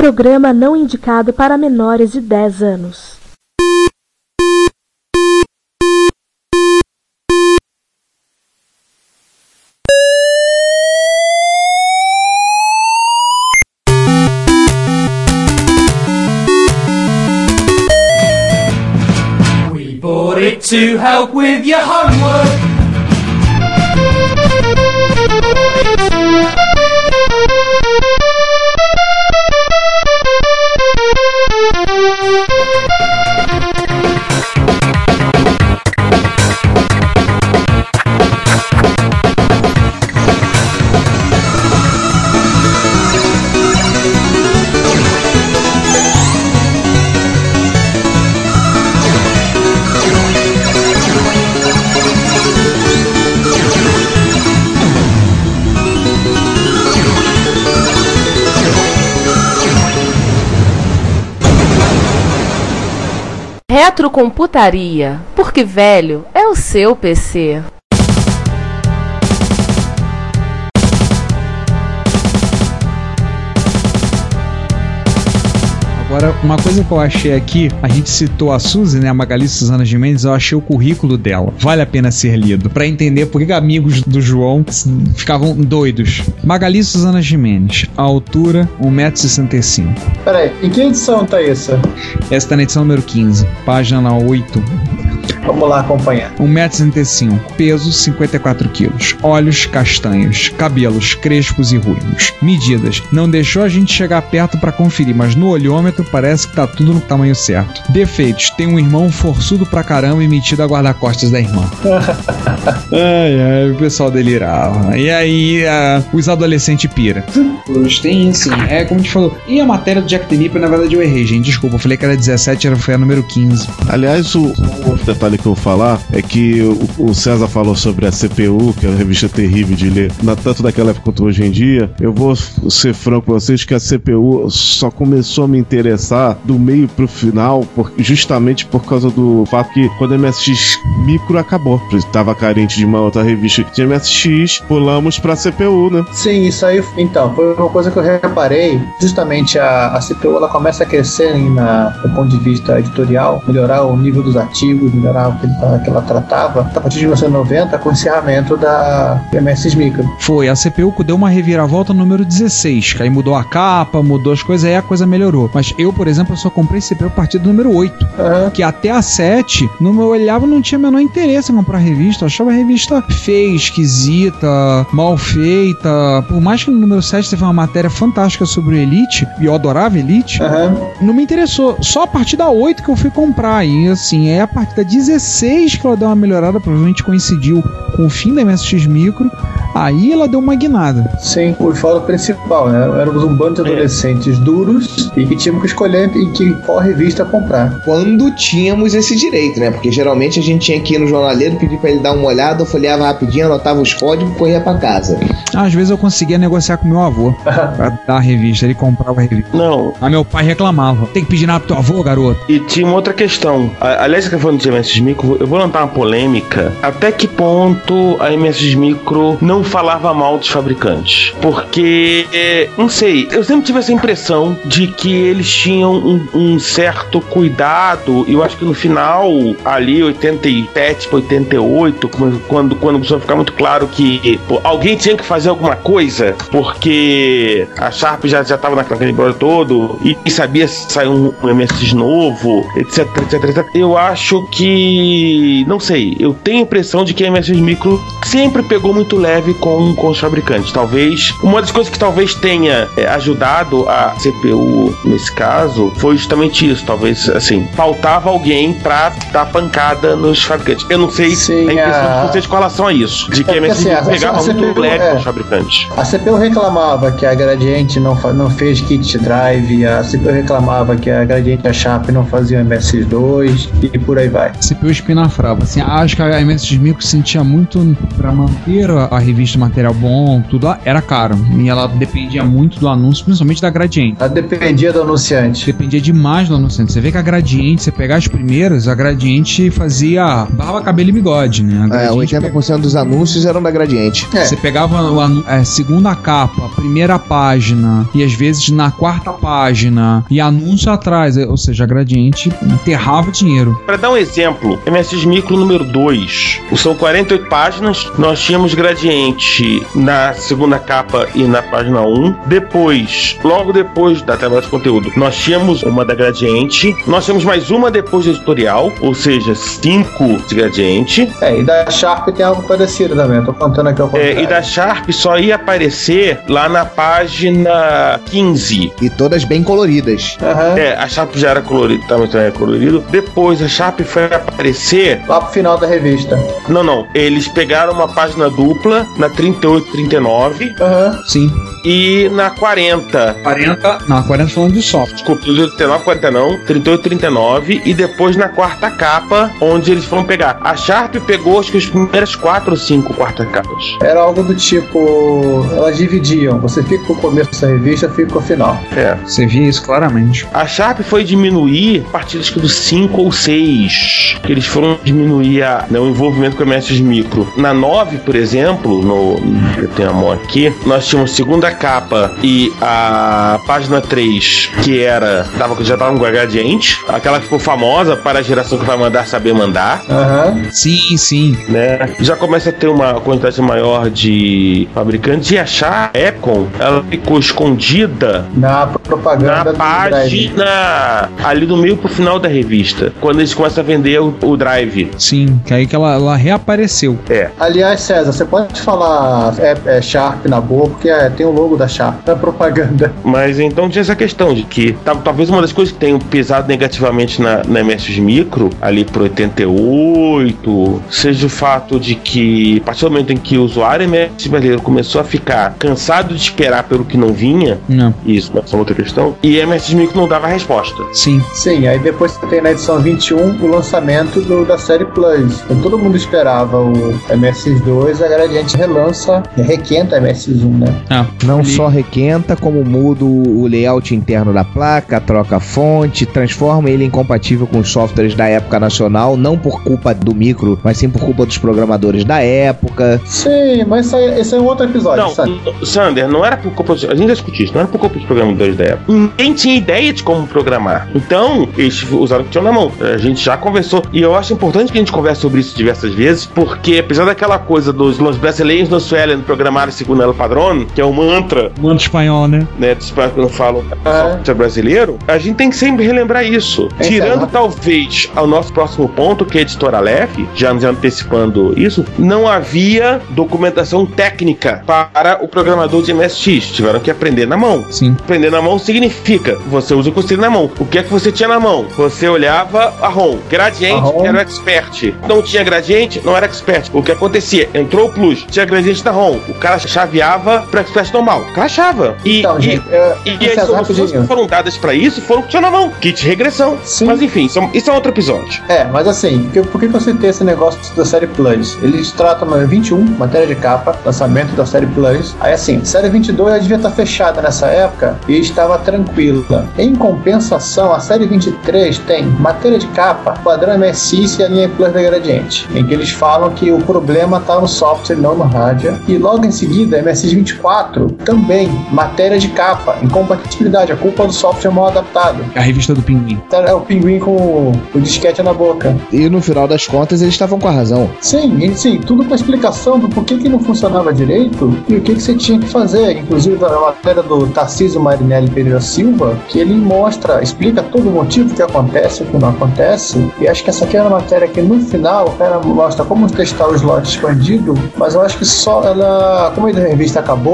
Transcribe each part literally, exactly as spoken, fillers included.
Programa não indicado para menores de dez anos. We bought it to help with your homework. Retrocomputaria, porque velho é o seu P C. Agora, uma coisa que eu achei aqui, a gente citou a Suzy, né, a Magali Suzana Gimenez, eu achei o currículo dela. Vale a pena ser lido, pra entender por que amigos do João ficavam doidos. Magali Suzana Gimenez, a altura um metro e sessenta e cinco. Peraí, em que edição tá essa? Essa tá na edição número quinze, página oito. Vamos lá acompanhar. um metro e sessenta e cinco, peso cinquenta e quatro quilos, olhos castanhos, cabelos crespos e ruivos. Medidas, não deixou a gente chegar perto pra conferir, mas no olhômetro parece que tá tudo no tamanho certo. Defeitos, tem um irmão forçudo pra caramba e metido a guarda-costas da irmã. Ai, ai, o pessoal delirava. E aí, uh, os adolescentes pira. Os tem, assim, é como a gente falou. E a matéria do Jack the Ripper, na verdade eu errei, gente, desculpa, eu falei que era dezessete, era, foi a número quinze. Aliás, o outro detalhe que eu vou falar é que o, o César falou sobre a C P U, que é uma revista terrível de ler, na, tanto daquela época quanto hoje em dia. Eu vou ser franco com vocês que a C P U só começou a me interessar do meio pro final, por, justamente por causa do fato que quando a M S X Micro acabou, estava carente de uma outra revista que tinha M S X, pulamos pra C P U, né? Sim, isso aí, então, foi uma coisa que eu reparei, justamente a, a C P U, ela começa a crescer na, do ponto de vista editorial, melhorar o nível dos artigos, melhorar o que, ele, que ela tratava, a partir de mil novecentos e noventa, com o encerramento da M S X Micro. Foi, a C P U deu uma reviravolta no número dezesseis, que aí mudou a capa, mudou as coisas, aí a coisa melhorou. Mas eu, por exemplo, eu só comprei C P U a partir do número oito, uhum. Que até a sete, no meu olhava, não tinha o menor interesse em comprar revista, eu achava a revista feia, esquisita, mal feita, por mais que no número sete teve uma matéria fantástica sobre o Elite, e eu adorava Elite, uhum. Não me interessou, só a partir da oito que eu fui comprar, e assim, é a partir da dezesseis que ela deu uma melhorada, provavelmente coincidiu com o fim da M S X Micro, aí ela deu uma guinada. Sim, o foco principal, né? Éramos um bando de adolescentes é. duros e que tínhamos que escolher em que, qual revista comprar. Quando tínhamos esse direito, né? Porque geralmente a gente tinha que ir no jornaleiro, pedir pra ele dar uma olhada, eu folheava rapidinho, anotava os códigos e corria pra casa. Às vezes eu conseguia negociar com meu avô pra dar a revista, ele comprava a revista. Não. Aí meu pai reclamava. Tem que pedir nada pro teu avô, garoto? E tinha uma outra questão. Aliás, que falando de M S X Micro, eu vou levantar uma polêmica. Até que ponto a M S X Micro não falava mal dos fabricantes? Porque, não sei, eu sempre tive essa impressão de que eles tinham um, um certo cuidado, e eu acho que no final, ali, oitenta e sete para oitenta e oito, quando, quando começou a ficar muito claro que pô, alguém tinha que fazer alguma coisa, porque a Sharp já estava naquele embrolho todo, e, e sabia se saiu um, um M S X novo, etc, etc, etcétera. Eu acho que, não sei, eu tenho a impressão de que a M S X Micro sempre pegou muito leve com, com os fabricantes. Talvez, uma das coisas que talvez tenha é, ajudado a C P U nesse caso foi justamente isso. Talvez, assim, faltava alguém pra dar pancada nos fabricantes. Eu não sei Sim, a impressão a... de vocês com relação a isso, de que é, a M S X assim, pegava a, a muito C P U, leve é, com os fabricantes. A C P U reclamava que a Gradiente não, não fez kit drive, a C P U reclamava que a Gradiente e a Sharp não faziam M S X dois e por aí vai. C P U espinafrava. Assim, acho que a M S X Micro sentia muito pra manter a, a revista revista, material bom, tudo lá, era caro. E ela dependia muito do anúncio, principalmente da Gradiente. Ela dependia do anunciante. Dependia demais do anunciante. Você vê que a Gradiente, você pegar as primeiras, a Gradiente fazia barba, cabelo e bigode, né? É, oitenta por cento dos anúncios eram da Gradiente. É. Você pegava o anu... é, segunda capa, primeira página, e às vezes na quarta página, e anúncio atrás, ou seja, a Gradiente enterrava dinheiro. Para dar um exemplo, M S X Micro número dois, são quarenta e oito páginas, nós tínhamos Gradiente na segunda capa e na página um. Depois, logo depois da tabela de conteúdo, nós tínhamos uma da Gradiente, nós temos mais uma depois do editorial, ou seja, cinco de Gradiente. É, e da Sharp tem algo parecido também, eu tô contando aqui ao contrário. É, e da Sharp só ia aparecer lá na página quinze. E todas bem coloridas. Uhum. É, a Sharp já era colorida, também era colorido. Depois a Sharp foi aparecer lá pro final da revista. Não, não. Eles pegaram uma página dupla na trinta e oito, trinta e nove. Aham. Uhum. Sim. E na quarenta. quarenta. Não, quarenta falando de soft. Desculpa, trinta e nove, quarenta não. trinta e oito, trinta e nove. E depois na quarta capa, onde eles foram pegar. A Sharp pegou acho que as primeiras quatro ou cinco quarta capas. Era algo do tipo. Elas dividiam. Você fica com o começo da revista, fica com o final. É. Você via isso claramente. A Sharp foi diminuir a partir acho que do cinco ou seis. Que eles foram diminuir a, né, o envolvimento com M S X Micro. Na nove, por exemplo, no, eu tenho a mão aqui, nós tínhamos segunda capa e a página três, que era, tava, já tava com a Gradiente, aquela que ficou famosa para a geração que vai mandar saber mandar. Aham. Sim, sim. Né? Já começa a ter uma quantidade maior de fabricantes e achar a Epcon, ela ficou escondida na propaganda, na página ali do meio pro final da revista, quando eles começam a vender o, o Drive. Sim, que aí que ela, ela reapareceu. É. Aliás, César, você pode falar é, é Sharp na boa, porque é, tem o logo da Sharp na propaganda. Mas então tinha essa questão de que tá, talvez uma das coisas que tenham pesado negativamente na, na M S X Micro, ali pro oitenta e oito, seja o fato de que, a partir do momento em que o usuário M S X brasileiro começou a ficar cansado de esperar pelo que não vinha, não. Isso é uma outra questão, e a M S X Micro não dava resposta. Sim. Sim, aí depois você tem na edição vinte e um o lançamento do, da série Plus. Então todo mundo esperava o M S X dois, a Gradiente relança, requenta a M S X um, né? Ah, não ali. Só requenta, como muda o layout interno da placa, troca a fonte, transforma ele incompatível com os softwares da época nacional, não por culpa do micro, mas sim por culpa dos programadores da época. Sim, mas esse é, esse é um outro episódio, não, sabe? Sander, não era por culpa dos, a gente já discutiu isso, não era por culpa dos programadores da época. Ninguém tinha ideia de como programar. Então, eles usaram o que tinham na mão. A gente já conversou, e eu acho importante que a gente converse sobre isso diversas vezes, porque apesar daquela coisa dos los brasileiros no suelen programar segundo el padrón, que é o mantra, mantra espanhol, né? né, dos que não falam software brasileiro, a gente tem que sempre relembrar isso. É, Tirando é, talvez ao nosso próximo ponto, que é a editora Aleph, já nos antecipando isso, não havia documentação técnica para o programador de M S X. Tiveram que aprender na mão. Sim. Aprender na mão significa você usa o conselho na mão. O que é que você tinha na mão? Você olhava a ROM. Gradiente a ROM. Era o expert. Não tinha gradiente, não era expert. O que acontecia? Entrou o plus, tinha gradiente na ROM. O cara chaveava para expert normal. O cara achava. E, então, e, gente, eu, e as soluções que foram dadas para isso foram que tinha na mão. Kit de regressão. Sim. Mas enfim, isso é, isso é outro episódio. É, mas assim, por, por que você tem esse negócio da série Plus? Eles tratam no vinte e um, matéria de capa, lançamento da série Plus. Aí assim, série vinte e dois já devia estar fechada nessa época e estava tranquila. Em compensação, a série vinte e três tem matéria de capa, padrão M S X e a linha Plus da Gradiente, em que eles falam que o problema está no software, não no hardware. E logo em seguida, M S X vinte e quatro também, matéria de capa, incompatibilidade, a culpa do software mal adaptado. A revista do Pinguim. É o Pinguim com o, o disquete na boca. E no final das contas, eles estavam com a razão. Sim, sim, tudo com explicação do porquê que não funcionava direito e o que, que você tinha que fazer. Inclusive, a matéria do Tarcísio Marinelli Pereira Silva, que ele mostra, explica todo o motivo que acontece, o que não acontece. E acho que essa aqui é uma matéria que no final o cara mostra como testar o slot expandido, mas eu acho que só ela, como a revista acabou, eles não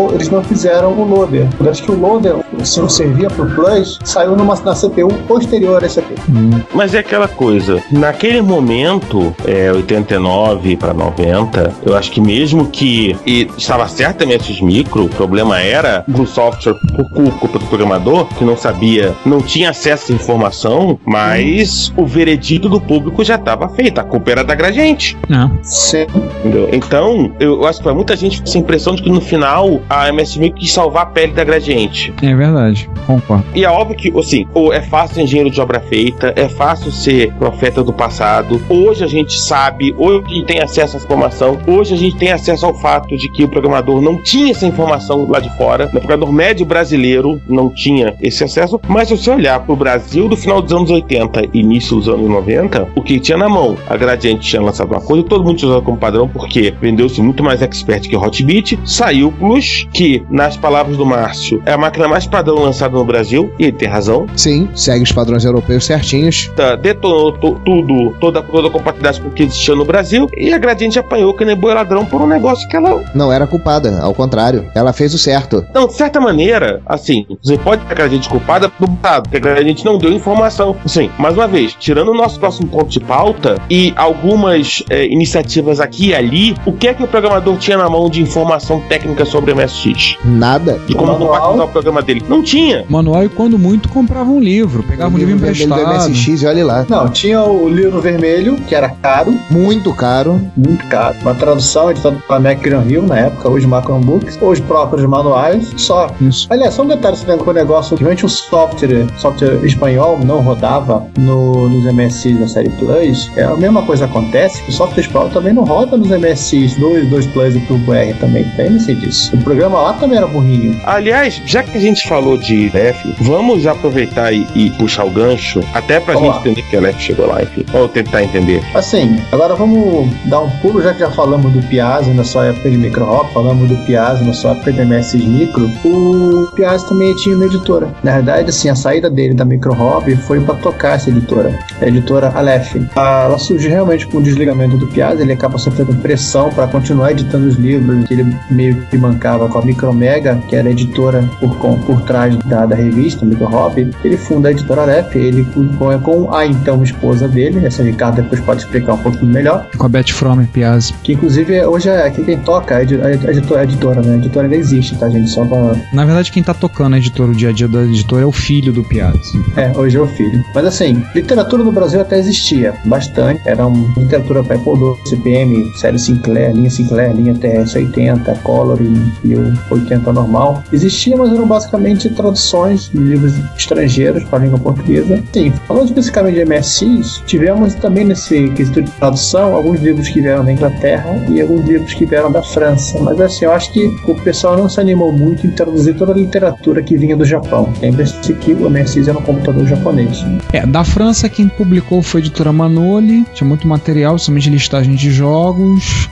fizeram o loader. Acho que o loader, se não servia pro Plus, saiu numa, na C P U posterior a esse aqui. Hum. Mas é aquela coisa, naquele momento, é, oitenta e nove para noventa, eu acho que mesmo que e estava certo a M S X Micro, o problema era do software por culpa do programador, que não sabia, não tinha acesso à informação, mas hum. o veredito do público já estava feito, a culpa era da Gradiente. Não. Sim. Entendeu? Então, eu acho que para muita gente essa impressão de que no final a M S X Micro quis salvar a pele da Gradiente. É verdade, concordo. E é óbvio que, assim, é fácil ser engenheiro de obra feita, é fácil ser profeta do passado. Hoje a gente sabe, hoje a gente tem acesso à informação, hoje a gente tem acesso ao fato de que o programador não tinha essa informação lá de fora, o programador médio brasileiro não tinha esse acesso, mas se você olhar pro Brasil do final dos anos oitenta e início dos anos noventa, o que tinha na mão? A Gradiente tinha lançado uma coisa e todo mundo tinha usado como padrão, porque vendeu-se muito mais expert que Hotbit, saiu o Plus, que, nas palavras do Márcio, é a máquina mais padrão lançada no Brasil, e ele tem razão. Sim, segue os padrões europeus certinhos. Tá, detonou to, tudo, toda, toda a compatibilidade com o que existia no Brasil, e a Gradiente apanhou que nem boi ladrão por um negócio que ela... Não era culpada, ao contrário, ela fez o certo. Não, de certa maneira, assim, você pode ter a Gradiente culpada do passado, porque a Gradiente não deu informação. Assim, mais uma vez, tirando o nosso próximo ponto de pauta e algumas é, iniciativas aqui e ali, o que é que o programador tinha na mão de informação técnica sobre o M S X? Nada. De como compactar o programa dele? Não tinha. Manual, e quando muito, comprava um livro, pegava um livro emprestado. Do M S X, olha lá. Não, tinha o livro vermelho, que era caro. Muito caro. Muito caro. Uma tradução editada pela Macron Hill, na época, hoje Macron Books, ou os próprios manuais, só. Isso. Aliás, só um detalhe, você lembra que o negócio, que realmente o software, software espanhol não rodava no, nos M S X da série Plus, é a mesma coisa acontece, que o software espanhol também não roda nos M S X dois, dois Plus e Turbo R também, tem nesse disso. O programa lá também era burrinho. Aliás, já que a gente falou de L E F, vamos aproveitar e, e puxar o gancho, até pra Olá. gente entender que a L E F chegou lá, enfim, ou tentar entender. Assim, agora vamos dar um pulo, já que já falamos do Piazzi na sua época de micro-hop, falamos do Piazzi na sua época de M S X Micro, o Piazzi também tinha uma editora. Na verdade, assim, a saída dele da micro-hop foi pra tocar essa editora, a editora Aleph. Ela surgiu realmente com o desligamento do Piazzi, ele acaba sofrendo pressão para continuar editando os livros que ele meio que mancava com a Micromega, que era a editora por, com, por trás da, da revista micro-hop. Ele funda a editora Aleph, ele com, com a então esposa dele, essa Ricardo depois pode explicar um pouquinho melhor. Com a Beth Fromer Piazzi. Que inclusive hoje é aqui quem toca, a editora, a editora, né? A editora ainda existe, tá, gente? Só pra... Na verdade, quem tá tocando a editora, o dia a dia da editora é o filho do Piazzi. É, hoje é o filho. Mas assim, literatura no Brasil até existia bastante. Era uma literatura para Apple dois, C P M, série Sinclair, linha Sinclair, linha T S oitenta, Color e o oitenta normal. Existia, mas eram basicamente traduções de livros estrangeiros para a língua portuguesa. Sim, falando especificamente de M S X, tivemos também nesse quesito de tradução alguns livros que vieram da Inglaterra e alguns livros que vieram da França. Mas assim, eu acho que o pessoal não se animou muito em traduzir toda a literatura que vinha do Japão. Lembre-se que o M S X era um computador japonês. É, da França quem publicou foi a editora Manoli, tinha muito material, somente listagem de jogos.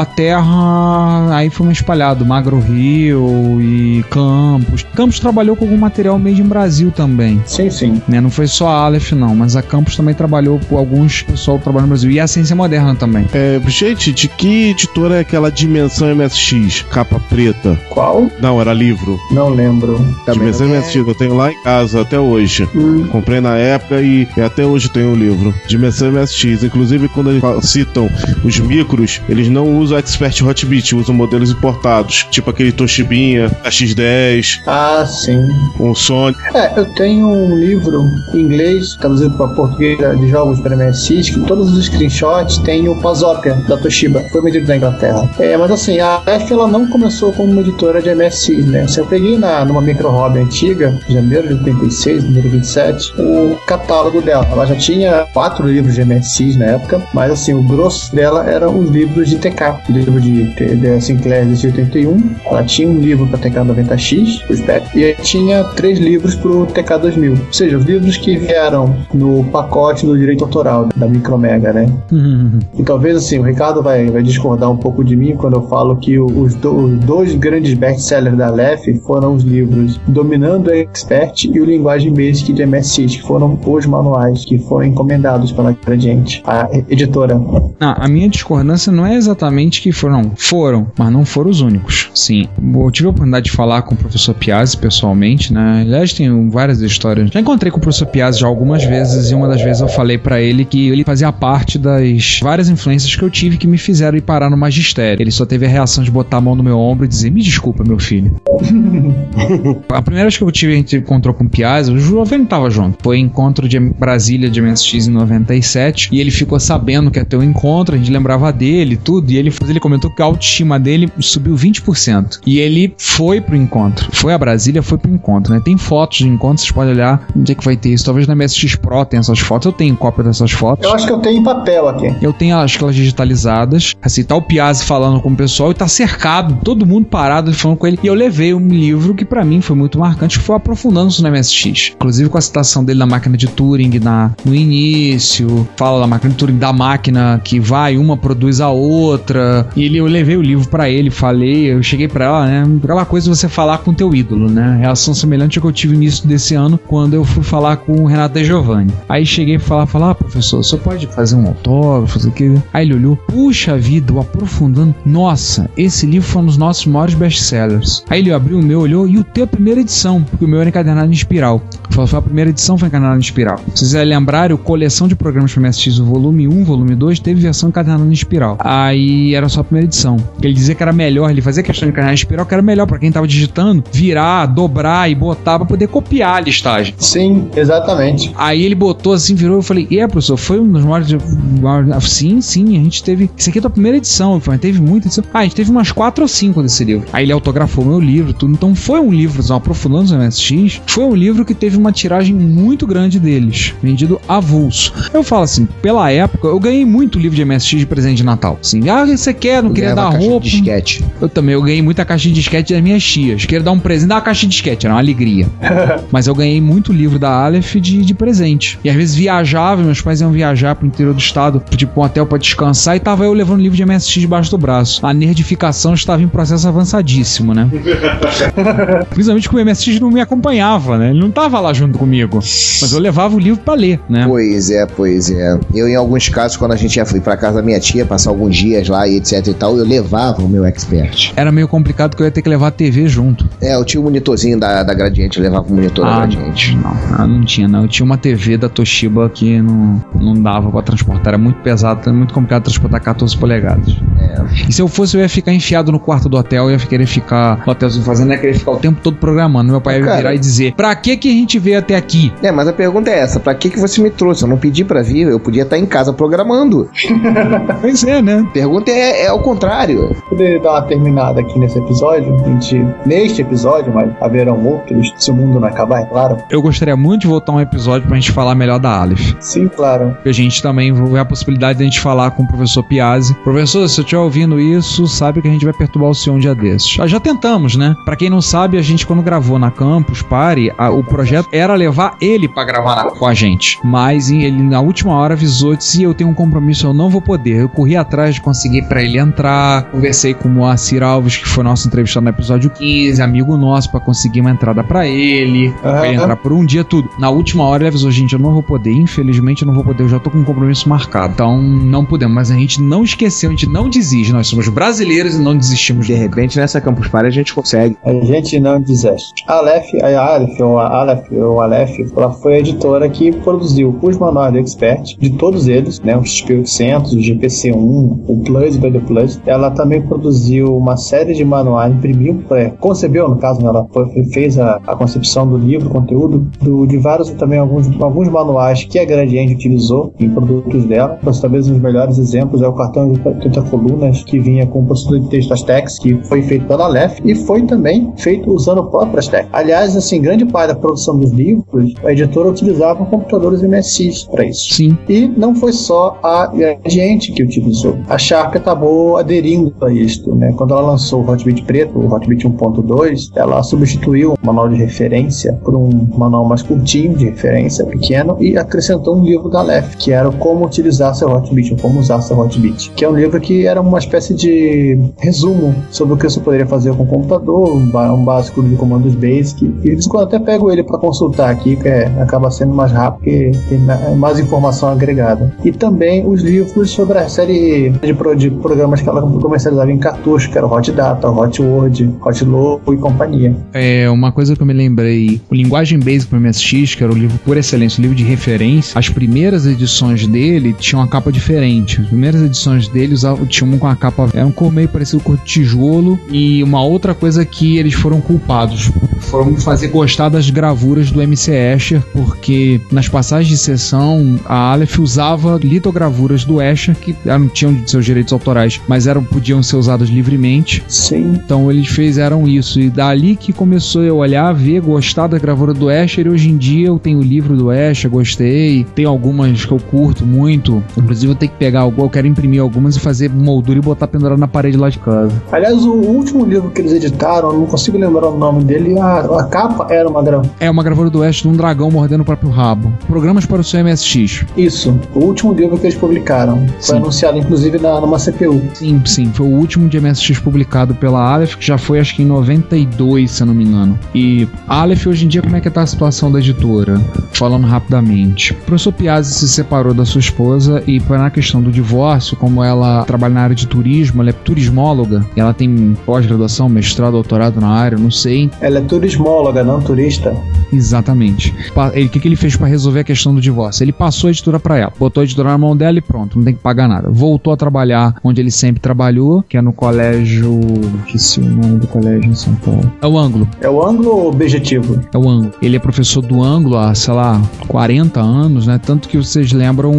Inglaterra, aí foi um espalhado, Magro Rio e Campos. Campos trabalhou com algum material made em Brasil também. Sim, sim. Né? Não foi só a Aleph não, mas a Campos também trabalhou com alguns pessoal que trabalham no Brasil. E a Ciência Moderna também. É, gente, de que editora é aquela Dimensão M S X? Capa preta. Qual? Não, era livro. Não lembro. Dimensão M S X, eu tenho lá em casa até hoje. Hum. Comprei na época e, e até hoje tenho o livro. Dimensão M S X. Inclusive, quando eles citam os micros, eles não usam Expert Hotbit, usam modelos importados. Tipo aquele Toshibinha, a X dez. Ah, sim. Um Sony. É, eu tenho um livro em inglês, traduzido para português, de jogos para M S X, que todos os screenshots tem o Pazopia, da Toshiba. Foi uma editora da Inglaterra. É, mas assim, a F ela não começou como uma editora de M S X, né? Se eu peguei na, numa micro-hobby antiga, janeiro de oitenta e seis, janeiro de vinte e sete, o catálogo dela. Ela já tinha quatro livros de M S X na época, mas assim, o grosso dela eram os livros de T K. O livro de, de Sinclair de oitenta e um, ela tinha um livro para T K noventa X, o Spec, e tinha três livros pro T K dois mil. Ou seja, os livros que vieram no pacote do direito autoral da Micromega, né? Uhum. E talvez assim, o Ricardo vai, vai discordar um pouco de mim quando eu falo que os, do, os dois grandes best-sellers da Aleph foram os livros Dominando a Expert e o Linguagem Basic de M S X, que foram os manuais que foram encomendados pela Gradiente, a editora. Ah, a minha discordância não é exatamente que foram, foram, mas não foram os únicos. Sim, vou tive a oportunidade de falar com o professor Piazzi pessoalmente, né? Aliás, tem várias histórias. Já encontrei com o professor Piazzi já algumas vezes e uma das vezes eu falei pra ele que ele fazia parte das várias influências que eu tive que me fizeram ir parar no magistério. Ele só teve a reação de botar a mão no meu ombro e dizer: me desculpa, meu filho. A primeira vez que eu tive, a gente encontrou com o Piazzi, o Jovem não tava junto. Foi encontro de Brasília de M S X em noventa e sete e ele ficou sabendo que ia ter um encontro, a gente lembrava dele e tudo, e ele, ele comentou que a autoestima dele subiu vinte por cento. E ele foi pro encontro. Foi a Brasília, foi pro encontro, né? Tem fotos de encontro, vocês podem olhar onde é que vai ter isso. Talvez na M S X Pro tenha essas fotos. Eu tenho cópia dessas fotos. Eu acho que eu tenho em papel aqui. Eu tenho, acho que elas digitalizadas. Assim, tá o Piazzi falando com o pessoal e tá cercado, todo mundo parado, ele falando com ele. E eu levei um livro que pra mim foi muito marcante, que foi aprofundando-se no M S X. Inclusive com a citação dele na máquina de Turing na, no início. Fala da máquina de Turing, da máquina que vai, uma produz a outra. E ele, eu levei o livro pra ele, falei, eu cheguei pra ela, né? Aquela coisa de você falar com teu ídolo, né? Reação semelhante ao que eu tive no início desse ano, quando eu fui falar com o Renato De Giovanni. Aí cheguei pra falar, falar, ah, professor, o senhor pode fazer um autógrafo, fazer aquilo? Aí ele olhou, puxa vida, o aprofundando, nossa, esse livro foi um dos nossos maiores best-sellers. Aí ele abriu o meu, olhou, e o teu é a primeira edição, porque o meu era encadernado em espiral. Falou, foi a primeira edição, foi encadernado em espiral. Se vocês lembrarem, o Coleção de Programas para M S X, o volume um, volume dois, teve versão encadernada em espiral. Aí era só a primeira edição. Ele dizia que era melhor, ele fazia questão de encadernar em espiral, que era melhor para quem tava digitando, virar, dobrar e botar para poder copiar a listagem. Sim, exatamente. Aí ele botou assim, virou, eu falei, e é, professor, foi um dos maiores... Sim, sim, a gente teve... Isso aqui é a tua primeira edição. Eu falei, teve muita edição. Ah, a gente teve umas quatro ou cinco desse livro. Aí ele autografou meu livro, tudo. Então foi um livro, assim, aprofundando no M S X, foi um livro que teve uma tiragem muito grande deles, vendido avulso. Eu falo assim, pela época, eu ganhei muito livro de M S X de presente de Natal. Assim, ah, você quer, não eu queria dar roupa. De disquete. Eu também, eu ganhei muita caixa de disquete das minhas tias. Queria dar um presente, dar uma caixa de disquete, era uma alegria. Mas eu ganhei muito livro da Aleph de, de presente. E às vezes viajava, meus pais iam viajar pro interior do estado, tipo um hotel pra descansar, e tava eu levando livro de M S X debaixo do braço. A nerdificação estava em processo avançadíssimo, né? Principalmente porque o M S X não me acompanhava, né? Ele não tava lá junto comigo. Mas eu levava o livro pra ler, né? Pois é, pois é. Eu, em alguns casos, quando a gente ia pra casa da minha tia, passar alguns dias lá e etc e tal, eu levava o meu Expert. Era meio complicado porque eu ia ter que levar a T V junto. É, eu tinha o um monitorzinho da, da Gradiente, eu levava o monitor ah, da Gradiente. Não, não, não tinha, não. Eu tinha uma T V da Toshiba que não, não dava pra transportar. Era muito pesado, era muito complicado transportar catorze polegadas. É. E se eu fosse, eu ia ficar enfiado no quarto do hotel, eu ia querer ficar no hotelzinho fazendo, ia querer ficar o tempo todo programando. Meu pai ia Cara, virar e dizer, pra que que a gente veio até aqui? É, mas a pergunta é essa, pra que que você me trouxe? Eu não pedi pra vir, eu podia estar em casa programando. Pois é, né? A pergunta é, é ao contrário. Poder dar uma terminada aqui nesse episódio, a gente, neste episódio, mas haverão outros, se o mundo não acabar, é claro. Eu gostaria muito de voltar um episódio pra gente falar melhor da Aleph. Sim, claro. A gente também vai a possibilidade de a gente falar com o professor Piazzi. Professor, se eu estiver ouvindo isso, sabe que a gente vai perturbar o senhor um dia desses. Já, já tentamos, né? Pra quem não sabe, a gente quando gravou na Campus Party, a, o projeto era levar ele pra gravar na, com a gente. Mas ele na última hora avisou, disse, eu tenho um compromisso, eu não vou poder. Eu corri atrás de conseguir pra ele entrar, conversei com o Moacir Alves, que foi nosso entrevistado no episódio quinze, amigo nosso, pra conseguir uma entrada pra ele, uhum. pra ele entrar por um dia, tudo. Na última hora ele avisou, gente, eu não vou poder, infelizmente eu não vou poder, eu já tô com um compromisso marcado. Então não podemos, mas a gente não esqueceu, a gente não desiste, nós somos brasileiros e não desistimos. De repente nessa Campus Party a gente consegue. A gente não desiste. A Aleph, a Aleph, ou a Aleph, ou a Aleph, ela foi a editora que produziu os manuais do Expert, de todos eles, né, o X P oitocentos, o G P C um, o Plus by the Plus. Ela também produziu uma série de manuais, imprimiu, é, concebeu, no caso, né, ela foi, fez a, a concepção do livro, conteúdo, do, de vários também alguns, alguns manuais que a Gradiente utilizou em produtos dela. Então, talvez um dos melhores exemplos é o cartão de trinta colunas que vinha com o processador de texto Astex, que foi feito pela Aleph e foi também feito usando o próprio Astex. Aliás, assim, grande parte da produção dos livros, a editora utilizava computadores M S X para isso. Sim. E não foi só a Gradiente que utilizou. A Sharp acabou aderindo a isto, né? Quando ela lançou o Hotbit preto, o Hotbit um ponto dois, ela substituiu o manual de referência por um manual mais curtinho de referência, pequeno, e acrescentou um livro da Aleph, que era como utilizar seu Hotbit, ou como usar seu Hotbit, que é um livro que era uma espécie de resumo sobre o que você poderia fazer com o computador, um básico de comandos basic, e de vez em quando até pego ele para consultar aqui, que é, acaba sendo mais rápido, porque tem mais informação agregada. E também os livros sobre a série de, pro, de programas que ela comercializava em cartucho, que era o Hot Data, o Hot Word, Word, Hot Loco e companhia. É, uma coisa que eu me lembrei, o Linguagem Basic para o M S X, que era o livro por excelência, o livro de referência, as primeiras edições dele tinham uma capa diferente. As primeiras edições dele usavam, tinham um com a capa, era um cor meio parecido com tijolo, e uma outra coisa que eles foram culpados, foram fazer gostar das gravuras do M C Escher, porque nas passagens de sessão a Aleph usava litogravuras do Escher, que não tinham de seus direitos autorais, mas eram, podiam ser usadas livremente. Sim. Então eles fizeram isso, e dali que começou eu olhar, ver, gostar da gravura do Escher, e hoje em dia eu tenho o livro do Escher, gostei, tem algumas que eu curto muito, inclusive eu tenho que pegar algumas, eu quero imprimir algumas e fazer moldura e botar pendurado na parede lá de casa. Aliás, o último livro que eles editaram, eu não consigo lembrar o nome dele, a, a capa era uma gravura. É uma gravura do Escher de um dragão mordendo o próprio rabo. Programas para o seu M S X. Isso, o último livro que eles publicaram. Sim. Foi anunciado inclusive na, numa C P U. Sim, sim, foi o último de M S X publicado pela Aleph, que já foi acho que em noventa e dois, se eu não me engano. E a Aleph hoje em dia, como é que tá a situação da editora? Falando rapidamente. O professor Piazzi se separou da sua esposa e na questão do divórcio, como ela trabalha na área de turismo, ela é turismóloga, e ela tem pós-graduação, mestrado, doutorado na área, não sei. Ela é turismóloga, não turista. Exatamente. O que, que ele fez para resolver a questão do divórcio? Ele passou a editora para ela, botou a editora na mão dela e pronto, não tem que pagar nada. Voltou a trabalhar onde ele sempre trabalhou, que é no colégio... esqueci o nome do colégio em São Paulo. É o Ângulo. É o Ângulo ou Objetivo? É o Ângulo. Ele é professor do Ângulo há, sei lá, quarenta anos, né? Tanto que vocês lembram,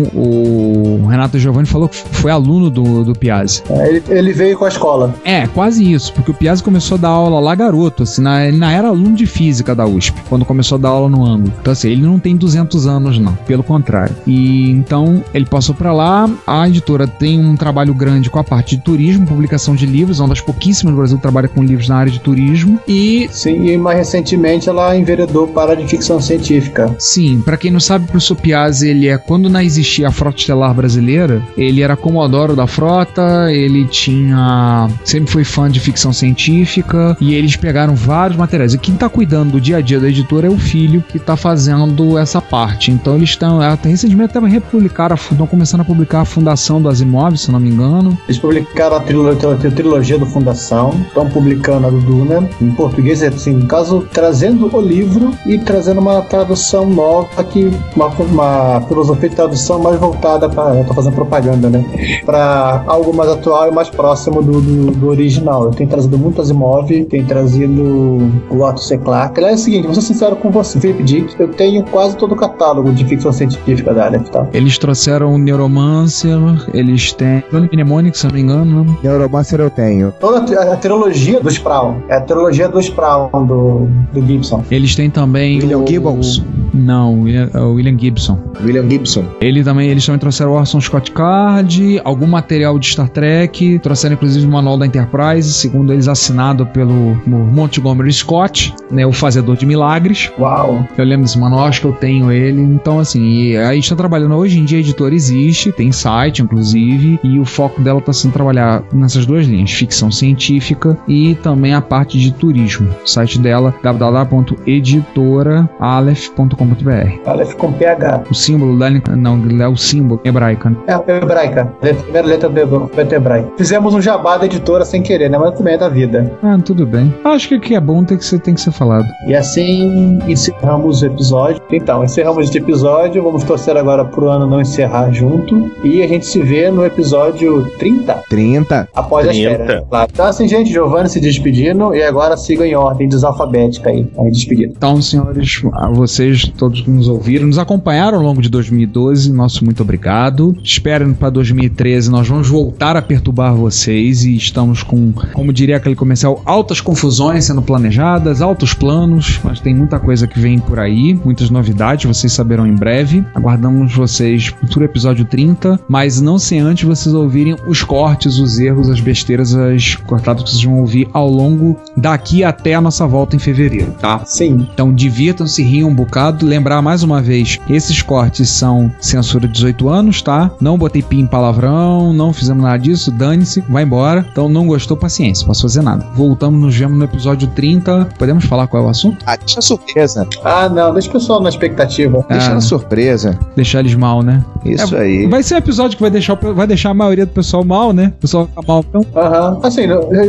o Renato Giovanni falou que foi aluno do, do Piazzi. É, ele, ele veio com a escola. É, quase isso, porque o Piazzi começou a dar aula lá garoto, assim, na, ele não era aluno de física da U S P, quando começou a dar aula no Ângulo. Então assim, ele não tem duzentos anos não, pelo contrário. E então, ele passou pra lá, a editora tem um trabalho grande com a parte de turismo, publicação de livros, uma das pouquíssimas no Brasil que trabalha com livros na área de turismo, e... Sim, e mais recentemente ela enveredou para a de ficção científica. Sim, pra quem não sabe, o professor Piazzi, ele é, quando não existia a Frota Estelar Brasileira, ele era comodoro da frota, ele tinha... sempre foi fã de ficção científica, e eles pegaram vários materiais. E quem tá cuidando do dia a dia da editora é o filho que tá fazendo essa parte. Então eles estão... até recentemente até republicaram, estão começando a publicar a Fundação do Asimov, se não me engano. Eles publicaram a trilogia, a trilogia do Fundação, estão publicando a do Duna, em português, assim, no caso, trazendo o livro e trazendo uma tradução nova, que uma, uma filosofia de tradução mais voltada para, eu tô fazendo propaganda, né, para algo mais atual e mais próximo do, do, do original. Eu tenho trazido muito Asimov, tenho trazido o Arthur C. Clarke. Aliás, é o seguinte, vou ser sincero com você, Felipe Dick, eu tenho quase todo o catálogo de ficção científica da Aleph, tá? Eles trouxeram o Neuromancer, eles têm o Mnemonic, se não me engano. Neuromancer eu tenho. Toda a, a trilogia do Sprawl, é a trilogia do Sprawl do, do Gibson. Eles têm também William o... Gibbons? Não, o William Gibson. William Gibson. Ele também, eles também trouxeram o Orson Scott Card, algum material de Star Trek, trouxeram inclusive o manual da Enterprise, segundo eles assinado pelo Montgomery Scott, né, o fazedor de milagres. Uau! Eu lembro desse manual, acho que eu tenho ele. Então assim, e aí está trabalhando, hoje em dia a editora existe, tem site inclusive, e o foco dela está sendo trabalhar nessas duas linhas, ficção científica e também a parte de turismo. O site dela, w w w ponto editora aleph ponto com ponto b r. Aleph com P H. O símbolo da... não, é o símbolo hebraica, né? É, hebraica. A primeira letra do alfabeto hebraico. Fizemos um jabá da editora sem querer, né? Mas também é da vida. Ah, tudo bem. Acho que o que é bom tem que ser, tem que ser falado. E assim encerramos o episódio. Então, encerramos este episódio. Vamos torcer agora pro ano não encerrar junto. E a gente se vê no episódio trinta. trinta. Após as férias. Claro. Então assim, gente, Giovanni se despedindo. E agora sigam em ordem desalfabética aí. Aí despedido. Então, senhores, a vocês, todos que nos ouviram, nos acompanharam ao longo de dois mil e doze. Nosso muito obrigado. Esperem para dois mil e treze. Nós vamos voltar a perturbar vocês. E estamos com, como diria aquele comercial, altas confusões sendo planejadas, altos planos. Mas tem muita coisa que vem por aí. Muitas novidades. Vocês saberão em breve. Aguardamos vocês pro episódio trinta. Mas não sem antes vocês ouvirem os cortes, os erros, as besteiras, as cortadas que vocês vão ouvir ao longo daqui até a nossa volta em fevereiro, tá? Sim. Então divirtam-se, riam um bocado. Lembrar mais uma vez, esses cortes são censura dezoito anos, tá? Não botei pi em palavrão, não fizemos nada disso, dane-se, vai embora. Então não gostou, paciência, posso fazer nada. Voltamos, nos vemos no episódio trinta. Podemos falar qual é o assunto? Ah, deixa a surpresa. Ah, não, deixa o pessoal na expectativa. Deixa Ah. na surpresa. Deixar eles mal, né? Isso É, aí. Vai ser um episódio que vai deixar, o- vai deixar a maioria do pessoal mal, né? O pessoal vai ficar mal, então. Aham. Assim, já, já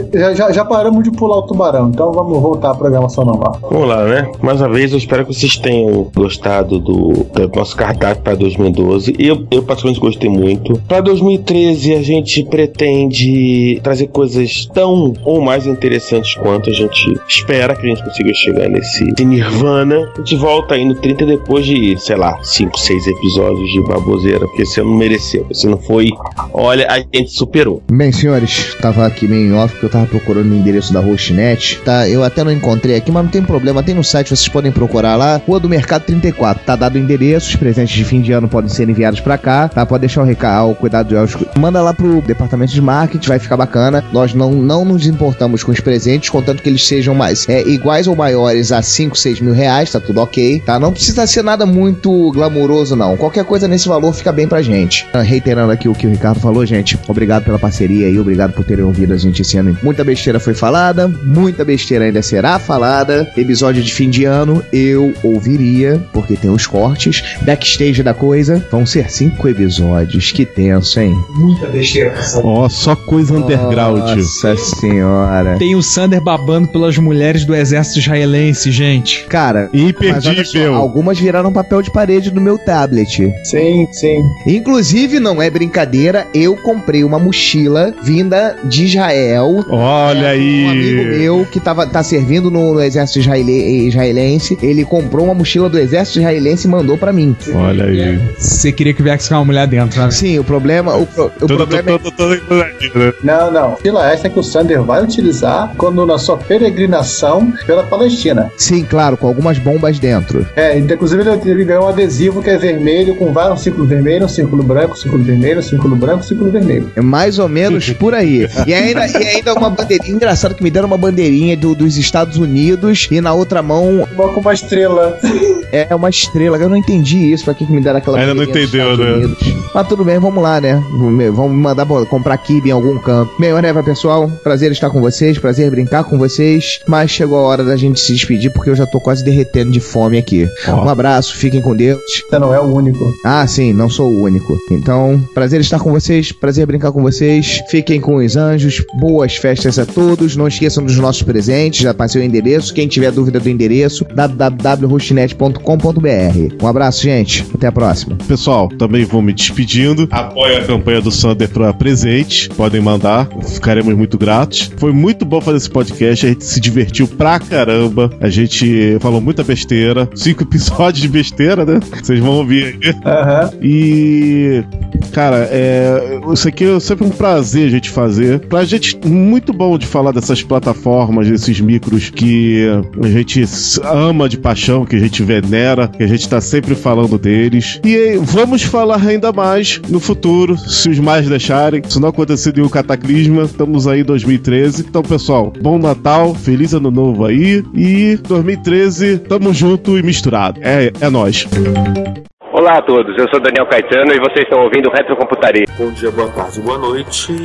já, já paramos de pular o tubarão, então vamos voltar à programação normal. Vamos lá, né? Mais uma vez, eu espero que vocês tenham gostado do, do nosso cardápio para dois mil e doze. Eu, eu particularmente gostei muito. Para dois mil e treze, a gente pretende trazer coisas tão ou mais interessantes quanto a gente espera que a gente consiga chegar nesse Nirvana. A gente volta aí no trinta depois de, sei lá, cinco, seis episódios de baboseira, porque você não mereceu. Você não foi... Olha, a gente superou. Bem, senhores, tava aqui meio em off, porque eu tava procurando o endereço da Hostnet. Tá, eu até não encontrei aqui, mas não tem problema. Tem no site, vocês podem procurar lá. Rua do Mercado trinta e quatro. Tá dado o endereço. Os presentes de fim de ano podem ser enviados pra cá. Tá? Pode deixar o recado, o cuidado de... Manda lá pro departamento de marketing, vai ficar bacana. Nós não, não nos importamos com os presentes, contanto que eles sejam mais é, iguais ou maiores a cinco, seis mil reais. Tá tudo ok, tá? Não precisa ser nada muito glamuroso, não. Qualquer coisa nesse valor fica bem pra gente. Reiterando aqui o que o Ricardo falou, gente, obrigado pela parceria aí, obrigado por terem ouvido a gente esse ano. Muita besteira foi falada, muita besteira ainda será falada. Episódio de fim de ano eu ouviria, porque tem os cortes. Backstage da coisa, vão ser cinco episódios. Que tenso, hein? Muita besteira. Ó, oh, só coisa underground. Nossa senhora. Tem o Sander babando pelas mulheres do exército israelense, gente. Cara, imperdível. Só, algumas viraram papel de parede no meu tablet. Sim, sim. Inclusive, não é brincadeira, eu comprei uma mochila vinda de Israel. Olha é, aí. Um amigo meu que tava, tá servindo no, no exército israele, israelense, ele comprou uma mochila do exército israelense e mandou pra mim. Olha aí. Você queria que viesse com uma mulher dentro, né? Sim, o problema... O, pro, o todo, problema todo, todo, todo, todo. Não, não. Mochila essa que o Sander vai utilizar quando na sua peregrinação pela Palestina. Sim, claro, com algumas bombas dentro. É, inclusive ele, ele ganhou um adesivo que é vermelho, com vários círculos vermelhos, um círculo branco, um círculo vermelho, um círculo branco, um círculo vermelho. É mais ou menos por aí. E ainda, e ainda uma bandeirinha, engraçado que me deram uma bandeirinha do, dos Estados Unidos e na outra mão... Com uma estrela. É, uma estrela. Eu não entendi isso, pra que, que me deram aquela ainda bandeirinha não entendeu, né? Unidos. Mas tudo bem, vamos lá, né? Vamos me mandar comprar kibe em algum canto. Bem, né, pessoal? Prazer estar com vocês, prazer brincar com vocês, mas chegou a hora da gente se despedir porque eu já tô quase derretendo de fome aqui. Oh. Um abraço, fiquem com Deus. Você não é o único. Ah, sim, não sou o único. Então, prazer estar com vocês, prazer brincar com vocês. Fiquem com os anjos, boas festas a todos. Não esqueçam dos nossos presentes, já passei o endereço. Quem tiver dúvida do endereço, w w w ponto hostnet ponto com ponto b r. Um abraço, gente. Até a próxima. Pessoal, também vou me despedindo. Apoio a campanha do Sander para presente. Podem mandar, ficaremos muito gratos. Foi muito bom fazer esse podcast. A gente se divertiu pra caramba. A gente falou muita besteira. Cinco episódios de besteira, né? Vocês vão ouvir aí. Uhum. E... cara, é... isso aqui é sempre um prazer a gente fazer. Pra gente, muito bom de falar dessas plataformas, desses micros que a gente ama de paixão, que a gente venera, que a gente tá sempre falando deles. E vamos falar ainda mais no futuro, se os mais deixarem. Se não acontecer nenhum cataclisma, estamos aí em dois mil e treze. Então, pessoal, bom Natal, feliz ano novo aí. E dois mil e treze, tamo junto e misturado. É, é nóis. Olá a todos, eu sou Daniel Caetano e vocês estão ouvindo Retrocomputaria. Bom dia, boa tarde, boa noite.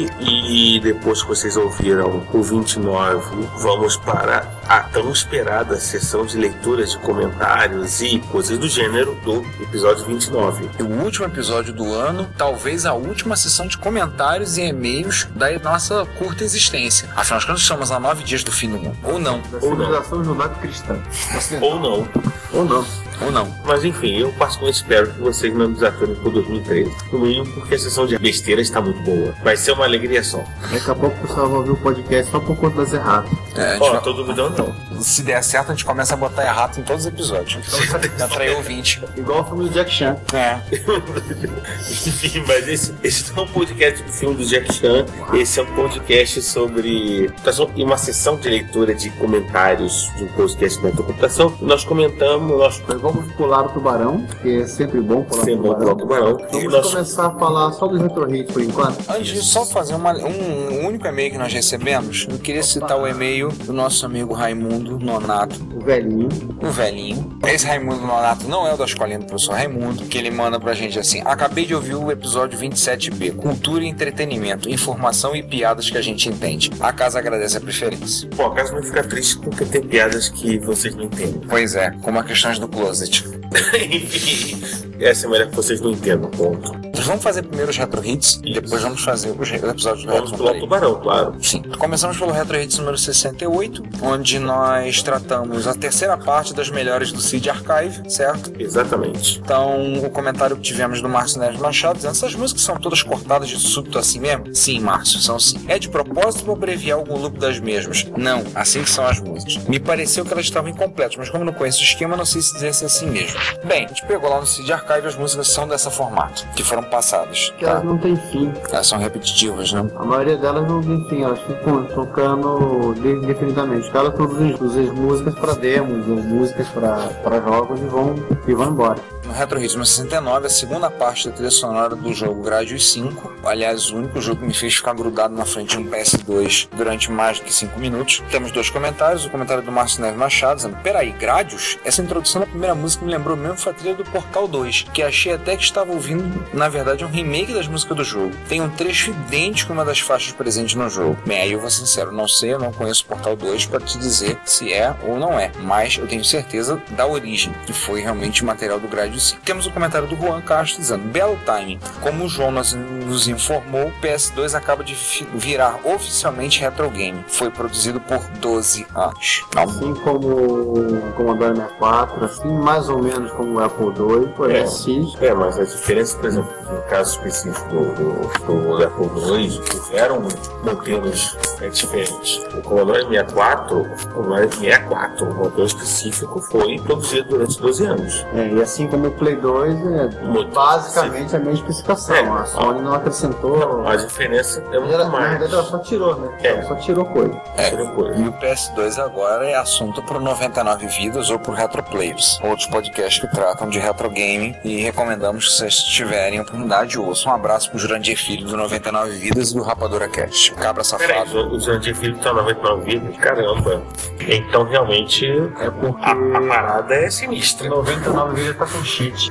E depois que vocês ouviram o vinte e nove, vamos para a tão esperada sessão de leituras de comentários e coisas do gênero do episódio vinte e nove. O último episódio do ano, talvez a última sessão de comentários e e-mails da nossa curta existência. Afinal de contas, estamos a nove dias do fim do mundo. Ou não. Da civilização judaico-cristã. Ou não. Ou não. Ou não. Mas enfim, eu particularmente espero que vocês não desafiem por dois mil e treze. No mínimo porque a sessão de besteira está muito boa. Vai ser uma alegria só. Daqui a pouco o pessoal vai ouvir o podcast só por conta das erratas. É, Ó, vai... tô duvidando não. Se der certo, a gente começa a botar errado em todos os episódios. Então, atrair ouvinte. Igual o filme do Jack Chan. É. Enfim, mas esse, esse não é um podcast do filme do Jack Chan. Esse é um podcast sobre uma sessão de leitura de comentários de um podcast da computação. Nós comentamos, nós vamos pular o tubarão, que é sempre bom pular sempre o tubarão. tubarão. Vamos e nós... começar a falar só dos retro hits por enquanto. Antes de só fazer uma, um, um único e-mail que nós recebemos, eu queria citar o e-mail do nosso amigo Raimundo Nonato. O velhinho. O velhinho. Esse Raimundo Nonato não é o da escolinha do professor Raimundo, que ele manda pra gente assim: acabei de ouvir o episódio vinte e sete B, cultura e entretenimento, informação e piadas que a gente entende. A casa agradece a preferência. Pô, a casa não fica triste porque tem piadas que vocês não entendem. Pois é, como as questões do closet. Enfim, essa é a melhor que vocês não entendam, ponto. vamos fazer primeiro os Retro Hits, e depois vamos fazer os episódios do Vamos pular o Tubarão, claro. Sim. Começamos pelo Retro Hits número sessenta e oito, onde nós tratamos a terceira parte das melhores do C D Archive, certo? Exatamente. Então, o comentário que tivemos do Márcio Neves Machado, dizendo: essas músicas são todas cortadas de súbito assim mesmo? Sim, Márcio, são sim. É de propósito para abreviar algum loop das mesmas? Não, assim que são as músicas. Me pareceu que elas estavam incompletas, mas como não conheço o esquema, não sei se dizesse assim mesmo. Bem, a gente pegou lá no C D Archive, as músicas são dessa formato, que foram passadas. Que tá? Elas não têm fim. Elas são repetitivas, né? A maioria delas não tem fim, elas ficam tocando indefinidamente. Elas produzem músicas para demos, ou músicas para jogos e vão, e vão embora. No Retro Hits sessenta e nove, a segunda parte da trilha sonora do jogo Gradius cinco, aliás, o único jogo que me fez ficar grudado na frente de um P S dois durante mais do que cinco minutos. Temos dois comentários, o comentário do Márcio Neves Machado, dizendo: peraí, Gradius? Essa introdução da primeira música me lembrou mesmo foi a trilha do Portal dois, que achei até que estava ouvindo, na verdade, um remake das músicas do jogo. Tem um trecho idêntico a uma das faixas presentes no jogo. Bem, aí eu vou ser sincero, não sei, eu não conheço o Portal dois para te dizer se é ou não é, mas eu tenho certeza da origem, que foi realmente material do Gradius cinco. Temos o comentário do Juan Castro dizendo: belo timing. Como o João nos, nos informou, o P S dois acaba de virar oficialmente retro game. Foi produzido por doze anos. Assim como o Commodore sessenta e quatro, assim mais ou menos como o Apple dois, o é, M S X. É, mas a diferença, por exemplo, no caso específico do, do, do Apple dois, eram modelos é, diferentes. O Commodore sessenta e quatro, o Commodore sessenta e quatro, o modelo específico foi produzido durante doze anos. É, e assim como o Play dois, é muito basicamente sim. A mesma especificação. É, a Sony não acrescentou. A diferença é muito ela, mais. Na verdade, ela só tirou, né? É. Ela só tirou coisa. É. Tirou coisa. E o P S dois agora é assunto para noventa e nove Vidas ou por Retro Players, outros podcasts que tratam de retro gaming, e recomendamos que vocês tiverem a oportunidade, ouçam. Um abraço pro Jurandir Filho do noventa e nove Vidas e do Rapadura Cast. Cabra safado. Peraí, o Jurandir Filho tá noventa e nove Vidas? Caramba. Então realmente é porque a, a parada é sinistra. noventa e nove Vidas tá com cheat.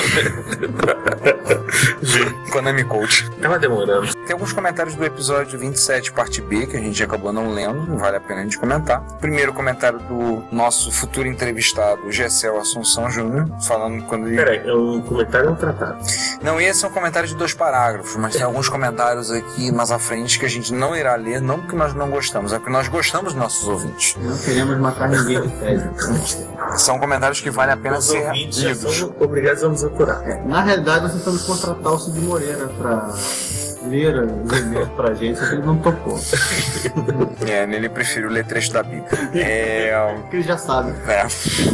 Konami Coach. Tava demorando. Tem alguns comentários do episódio vinte e sete, parte B, que a gente acabou não lendo, não vale a pena a gente comentar. Primeiro comentário do nosso futuro entrevistado, Gessel Assunção Júnior, falando quando ele... Peraí, é um comentário ou um tratado? Não, esse é um comentário de dois parágrafos, mas tem alguns comentários aqui mais à frente que a gente não irá ler, não porque nós não gostamos, é porque nós gostamos dos nossos ouvintes. Não queremos matar ninguém de tédio. São comentários que vale a pena Os ser lidos. São obrigados a nos aturar. É, na realidade, nós tentamos contratar o Cid Moreira pra ler os e-mails pra gente, só que ele não tocou. É, ele preferiu ler trecho da Bíblia. É... Porque ele já sabe. É.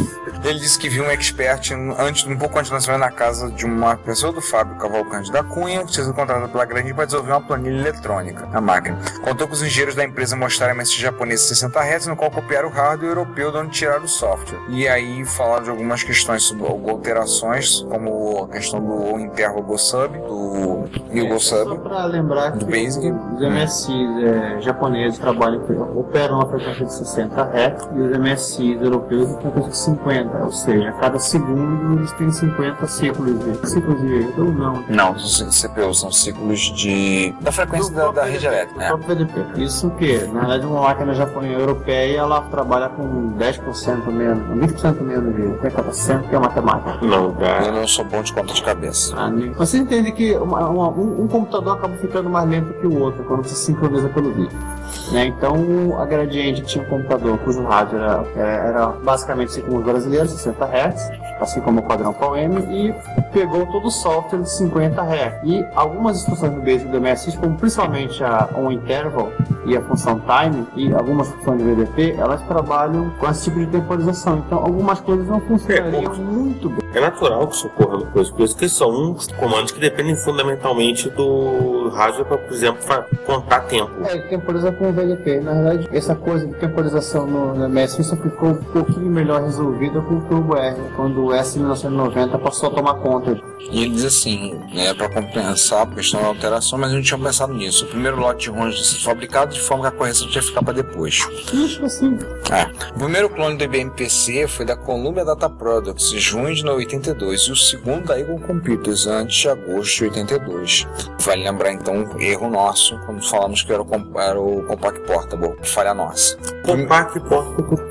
Ele disse que viu um expert antes, um pouco antes do lançamento na casa de uma pessoa do Fábio Cavalcante da Cunha, que tinha sido contratada pela Grande para desenvolver uma planilha eletrônica, a máquina. Contou que os engenheiros da empresa mostraram a M S X japonesa sessenta hertz, no qual copiaram o hardware europeu de onde tiraram o software. E aí falaram de algumas questões sobre alterações, como a questão do Interrogo Sub, do Yugo Sub. Só para lembrar do que Basic. Os M S X é, japoneses trabalham, operam a frequência de sessenta hertz e os M S X europeus a frequência de cinquenta, ou seja, a cada segundo eles têm cinquenta ciclos de ciclos de ou não? Não, são C P Us, são ciclos de da frequência da, da rede elétrica, né? V D P. Isso que, na verdade, uma máquina japonesa europeia ela trabalha com dez por cento menos, vinte por cento menos de frequência, que é matemática. Não, cara. Eu não sou bom de conta de cabeça. Ah, você entende que uma, uma, um, um computador acaba ficando mais lento que o outro quando se sincroniza pelo vídeo. Né? Então a Gradiente tinha um computador cujo rádio era, era basicamente assim como os brasileiros, sessenta hertz, assim como o padrão P O M, e pegou todo o software de cinquenta hertz. E algumas instruções do Basic do M S X, como principalmente a on interval e a função time, e algumas funções de V D P, elas trabalham com esse tipo de temporização. Então algumas coisas não funcionariam é, muito bem. É natural que isso ocorra depois, por isso que são comandos que dependem fundamentalmente do hardware para, por exemplo, contar tempo. É, ele temporiza com o V D P. Na verdade, essa coisa de temporização no, no M S X só ficou um pouquinho melhor resolvida com o Turbo R, quando o S mil novecentos e noventa passou a tomar conta. E ele diz assim, é para compensar a questão da alteração, mas a gente tinha pensado nisso. O primeiro lote de ROMs tinha sido fabricado de forma que a correção tinha que ficar para depois. Isso assim. É. O primeiro clone do I B M P C foi da Columbia Data Products, em junho de oitenta e dois, e o segundo da Eagle Computers, antes de agosto de oitenta e dois. Vale lembrar então um erro nosso, quando falamos que era o, era o Compact Portable, falha nossa. Compact Portable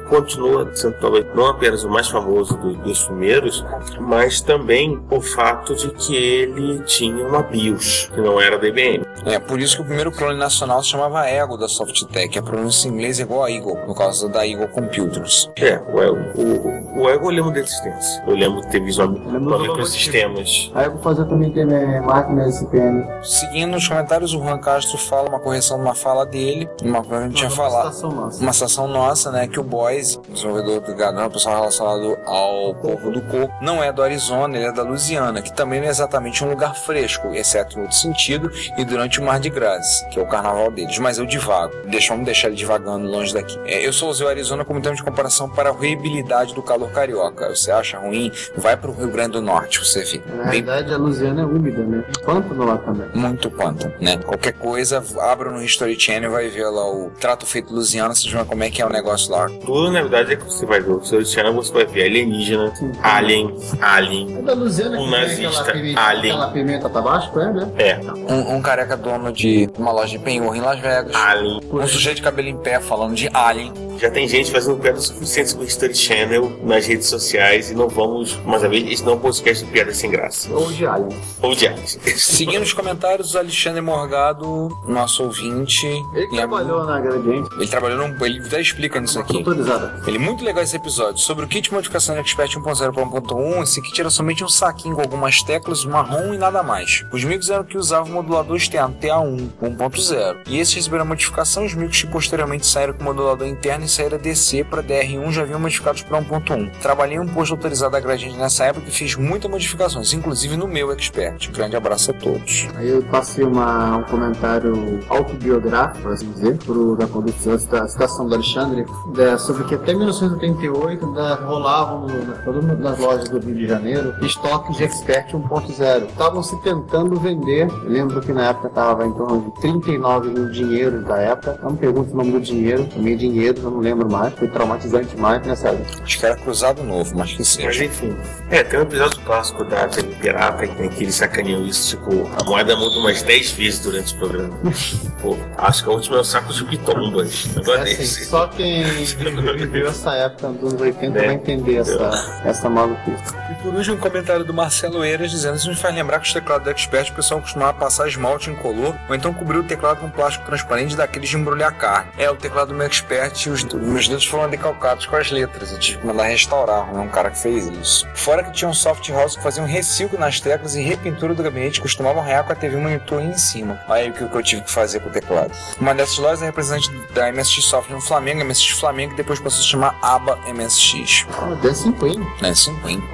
continua sendo talvez não apenas o mais famoso do, dos primeiros, mas também o fato de que ele tinha uma BIOS, que não era D B M. É, por isso que o primeiro clone nacional se chamava Eagle da Softtech, a pronúncia em inglês é igual a Eagle, no caso da Eagle Computers. É, o Eagle, o, o Eagle eu lembro da existência. Eu lembro de ter visto uma microsistemas. A Eagle fazia também ter máquinas S P M. Seguindo nos comentários, o Juan Castro fala uma correção de uma fala dele, uma coisa que a gente tinha falado. Uma estação nossa, né, que o Boys, desenvolvedor do Gadão, o pessoal relacionado ao povo do coco, não é do Arizona, ele é da Louisiana, que também não é exatamente um lugar fresco, exceto em outro sentido, e durante o Mardi Gras, que é o carnaval deles. Mas eu divago, deixa, vamos deixar ele divagando longe daqui. É, eu só usei o Arizona como termo de comparação para a ruibilidade do calor carioca. Você acha ruim? Vai para o Rio Grande do Norte, você vê. Na verdade, a Louisiana é úmida, né? Pântano lá também. Muito pântano, né? Qualquer coisa, abra no History Channel e vai ver lá o Trato Feito Louisiana, vocês vão ver como é que é o negócio lá. Tudo, na verdade, é que você vai ver o History Channel, você vai ver alienígena, sim, alien, alien, é da Louisiana, um nazista, aquela pimenta, alien. Aquela pimenta tabasco, é, né? É. Um, um careca dono de uma loja de penhor em Las Vegas. Alien. Um sujeito de cabelo em pé falando de Alien. Já tem gente fazendo piadas suficientes com o History Channel nas redes sociais e não vamos, mais uma vez, esse não é um podcast de piadas sem graça. Ou de Alien. Ou de Alien. Seguindo os comentários, o Alexandre Morgado, nosso ouvinte. Ele trabalhou a... na Gradiente. Ele trabalhou no... Ele até explica nisso aqui. Autorizada. Ele é muito legal esse episódio. Sobre o kit de modificação de Expert um ponto zero para um ponto um, esse kit era somente um saquinho com algumas teclas, marrom e nada mais. Os micros eram que usavam o modulador externo T A um um ponto zero. E esses receberam a modificação, os micros que posteriormente saíram com o modulador interno e saíram D C para D R um já haviam modificados para um ponto um. Trabalhei em um posto autorizado da Gradiente nessa época e fiz muitas modificações, inclusive no meu Expert. Grande abraço a todos. Aí eu passei uma, um comentário autobiográfico, por assim dizer, pro, da condução, da citação do Alexandre, da, sobre que até mil novecentos e oitenta e oito da, rolavam no, na, nas lojas do Rio de Janeiro estoques de Expert um ponto zero. Estavam se tentando vender. Eu lembro que na época estava em torno de trinta e nove mil dinheiros da época. Não me pergunto o nome do dinheiro, também dinheiro, eu não lembro mais. Foi traumatizante demais nessa época. Acho que era Cruzado Novo, mas que seja. Mas enfim. É, tem um episódio clássico da T V Pirata que, que eles sacaneam isso, tipo, a moeda muda umas dez vezes durante o programa. Pô, acho que a última é o saco de pitombas. Agora é assim, só quem viveu essa época dos anos oitenta é, vai entender essa, essa maluquice. E por último, um comentário do Marcelo Eiras dizendo: isso me faz lembrar que os teclados da Expert o pessoal costumava passar esmalte incolor ou então cobrir o teclado com plástico transparente daqueles de embrulhar carne. É, o teclado do meu Expert, os meus dedos foram decalcados com as letras. Eu tive que mandar restaurar, né? Um cara que fez isso. Fora que tinha um soft house que fazia um reciclo nas teclas e repintura do gabinete, costumavam arranhar com a T V monitor em cima. Aí o que eu tive que fazer com o teclado. Uma dessas lojas é representante da M S X Software no Flamengo, M S X Flamengo, que depois passou a se chamar ABA M S X. Ah, dez cinquenta. dez cinquenta.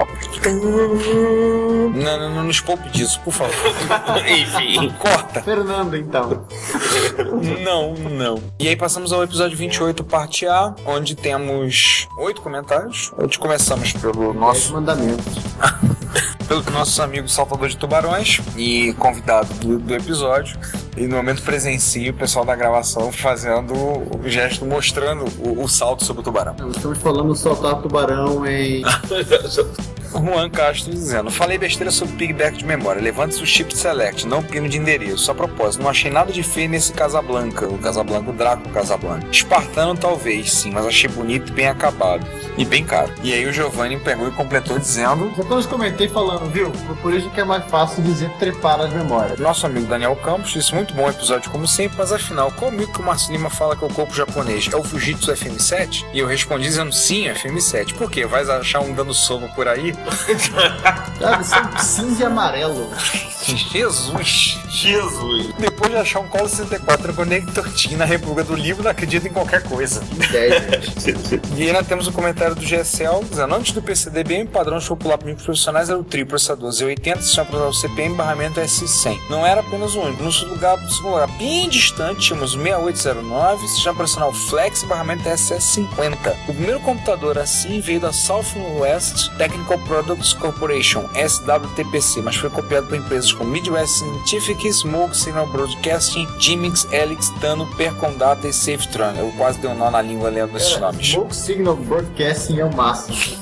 Não, não, não nos poupe disso, por favor. Enfim. Corta. Fernando, então. Não, não. E aí passamos ao episódio vinte e oito, parte A, onde temos oito comentários. Onde começamos pelo nosso... mandamento. Pelo nosso amigo Saltador de Tubarões e convidado do, do episódio. E no momento presencio o pessoal da gravação fazendo o gesto, mostrando o, o salto sobre o tubarão. Estamos falando soltar tubarão em... Juan Castro dizendo: falei besteira sobre piggyback de memória. Levante-se o chip select, não pino de endereço. Só a propósito, não achei nada de feio nesse Casablanca. O Casablanca, o Draco Casablanca. Espartano talvez, sim, mas achei bonito e bem acabado. E bem caro. E aí o Giovanni pegou e completou dizendo: já todos comentei falando, viu? Por isso que é mais fácil dizer trepar as memórias. Nosso amigo Daniel Campos disse: muito bom episódio como sempre, mas afinal, qual mito que o Marcio Lima fala que é o corpo japonês? É o Fujitsu F M sete? E eu respondi dizendo: sim, F M sete. Por quê? Vai achar um dando soco por aí? Cara, são cinza e amarelo. Jesus! Jesus! Depois de achar um Commodore sessenta e quatro Connector T na república do livro, não acredito em qualquer coisa. E ainda temos um comentário do G S L dizendo: antes do P C D B M, o padrão de popular para micros profissionais era o tri processador Z oitenta, sistema processador C P M, barramento S cem. Não era apenas o único. No segundo lugar, no segundo lugar bem distante, tínhamos o sessenta e oito zero nove, sistema profissional Flex e barramento S S cinquenta. O primeiro computador assim veio da Southwest Technical Products Corporation, S W T P C, mas foi copiado por empresas como Midwest Scientific, Smoke Signal Broadcasting, Jimix, Helix, Tano, Percom Data e Safetran. Eu quase dei um nó na língua lendo esses nomes. Smoke Signal Broadcasting é o máximo.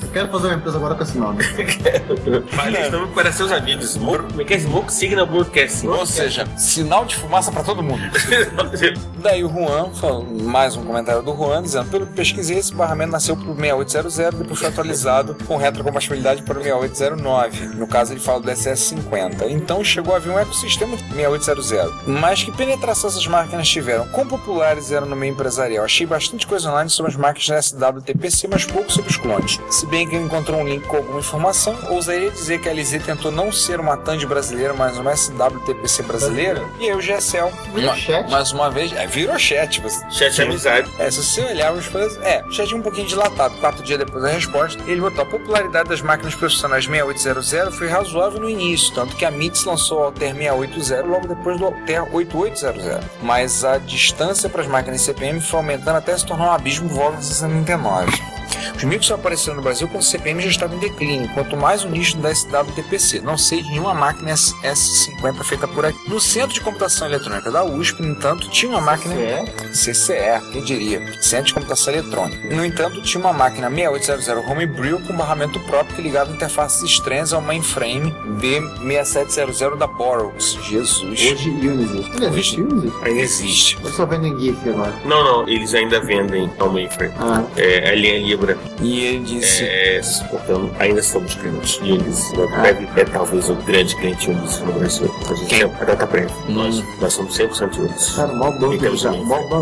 quero fazer uma empresa agora com esse nome. Fale esse nome para seus amigos. Como é que é Smoke Signal Broadcasting? Ou seja, sinal de fumaça pra todo mundo. Daí o Juan, mais um comentário do Juan, dizendo: pelo que pesquisei, esse barramento nasceu pro sessenta e oito zero zero, depois foi atualizado com retrocompatibilidade para o sessenta e oito zero nove. No caso, ele fala do S S cinquenta. Então chegou a vir um ecossistema de sessenta e oito zero zero. Mas que penetração essas máquinas tiveram? Quão populares eram no meio empresarial? Achei bastante coisa online sobre as máquinas da S W T P C, mas pouco sobre os clones. Se bem que eu encontrei um link com alguma informação, ousaria dizer que a L Z tentou não ser uma T A N D brasileira, mas uma S W T P C brasileira. E aí o G S L, ma mais uma vez, é, virou chat. Você, chat é amizade. É, se você olhar os coisas, é, o chat é um pouquinho dilatado. Quatro dias depois da resposta, ele botou: a popularidade das máquinas profissionais sessenta e oito zero zero foi razoável no início, tanto que a M I T S lançou o Altair sessenta e oito zero logo depois do Altair oitenta e oito zero zero. Mas a distância para as máquinas C P M foi aumentando até se tornar um abismo por volta de sessenta e nove. Os micros só apareceram no Brasil quando o C P M já estava em declínio, quanto mais o nicho da S W T P C. Não sei de nenhuma máquina S cinquenta feita por aqui. No Centro de Computação Eletrônica da U S P, no entanto, tinha uma máquina C C E, quem diria? Centro de Computação Eletrônica. No entanto, tinha uma máquina sessenta e oito zero zero Homebrew com barramento próprio que ligava interfaces estranhas ao mainframe B sessenta e sete zero zero da Burroughs. Jesus. Hoje Unisys. Ainda existe Unisys? Ainda existe. Eu só vendem GIF agora. Não, não, eles ainda vendem ao mainframe. Ah. É a linha Libra. E ele disse: é, então, ainda somos clientes de Unisys. Ah. Deve é talvez o grande cliente Unisys no Brasil. A gente é a DataPref. Hum. Nós, nós somos cem por cento Unisys. Cara, o maior banco já.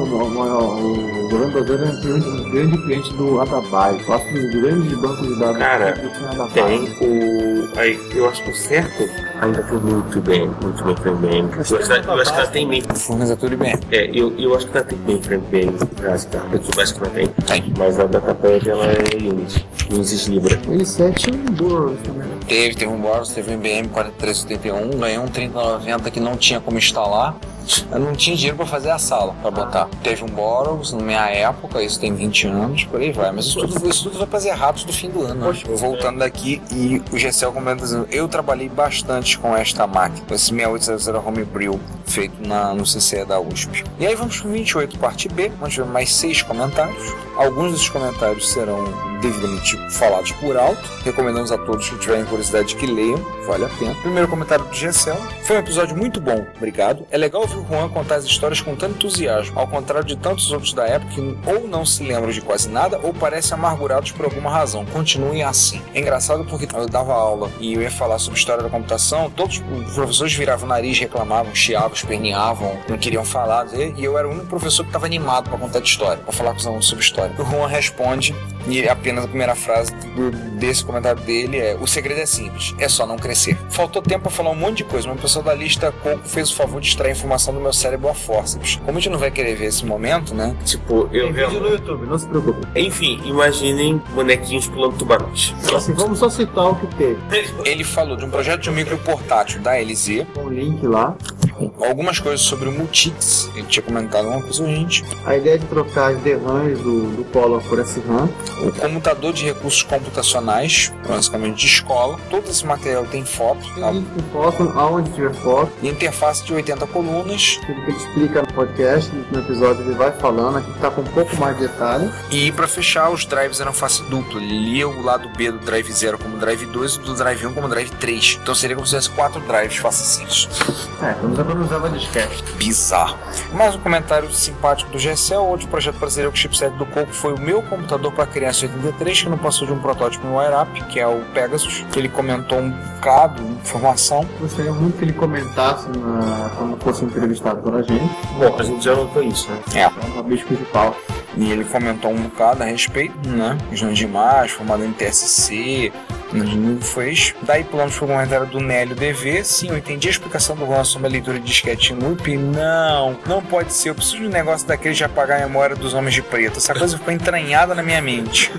O governo brasileiro é um grande cliente do Adabai. Eu acho que os grandes bancos de dados. Cara, tem o. Aí, eu acho que o certo ainda tem muito bem, muito bem também. Eu acho, eu acho que ela tem meio. Forneza tudo bem. É, eu, eu acho que ela tem bem bem básica. Eu acho que ela tem. Tem. Mas a DataPref ela é Unity. Unisys Libra. O i sete tinha um Boros também. Teve, teve um Boros, teve um I B M quarenta e três oitenta e um, ganhou um trinta noventa que não tinha como instalar. Eu não tinha dinheiro pra fazer a sala, pra botar. Teve um Boros na minha época, isso tem vinte anos, por aí vai. Mas isso tudo, isso tudo vai fazer ratos do fim do ano. Né? Voltando daqui, e o G C L comenta dizendo: eu trabalhei bastante com esta máquina, esse sessenta e oito zero zero Homebrew, feito na, no C C E da U S P. E aí vamos pro vinte e oito, parte B, onde tiver mais seis comentários. Alguns desses comentários serão devidamente falados por alto. Recomendamos a todos que tiverem curiosidade que leiam, vale a pena. Primeiro comentário do G C L: foi um episódio muito bom, obrigado. É legal ouvir o Juan contar as histórias com tanto entusiasmo, ao contrário de tantos outros da época que ou não se lembram de quase nada ou parecem amargurados por alguma razão. Continuem assim. É engraçado porque eu dava aula e eu ia falar sobre história da computação, todos os professores viravam o nariz, reclamavam, chiavam, esperneavam, não queriam falar, e eu era o único professor que estava animado para contar de história, para falar com os alunos sobre história. O Juan responde, e apenas a primeira frase desse comentário dele é: o segredo é simples, é só não crescer. Faltou tempo para falar um monte de coisa, mas o pessoal da lista Coco fez o favor de extrair informação do meu cérebro a forceps. Como a gente não vai querer ver esse momento, né? Tipo, eu Tem vídeo no YouTube, não se preocupe. Enfim, imaginem bonequinhos pulando tubarões. Assim, vamos só citar o que teve. Ele falou de um projeto de um micro portátil da L Z. Com um link lá. Algumas coisas sobre o Multics. Ele tinha comentado uma coisa, gente. A ideia de trocar as D RAMs do, do Color por S RAM. O computador de recursos computacionais, basicamente de escola. Todo esse material tem foto. Tem link com foto, aonde tiver foto. E interface de oitenta colunas. Tudo que ele explica no podcast, no episódio ele vai falando, aqui tá com um pouco mais de detalhe. E para fechar, os drives eram face dupla. Ele lia o lado B do drive zero como drive dois e do drive um como drive três. Então seria como se tivesse quatro drives face simples. É, vamos economizar disquete. Bizarro. Mais um comentário simpático do G S L. Outro projeto brasileiro com o chipset do Coco foi o meu computador para criança oitenta e três, que não passou de um protótipo no WireUp, que é o Pegasus, que ele comentou um bocado de informação. Gostaria muito que ele comentasse na, quando fosse entrevistado por a gente. Bom, a gente já notou isso, né? É. É um bicho de pau. E ele comentou um bocado a respeito, né? Questão de imagem, formado em T S C, não foi isso. Daí pulamos para o comentário do Nélio D V. Sim, eu entendi a explicação do Juan sobre a leitura de disquete em loop. Não, não pode ser. Eu preciso de um negócio daquele de apagar a memória dos homens de preto. Essa coisa ficou entranhada na minha mente.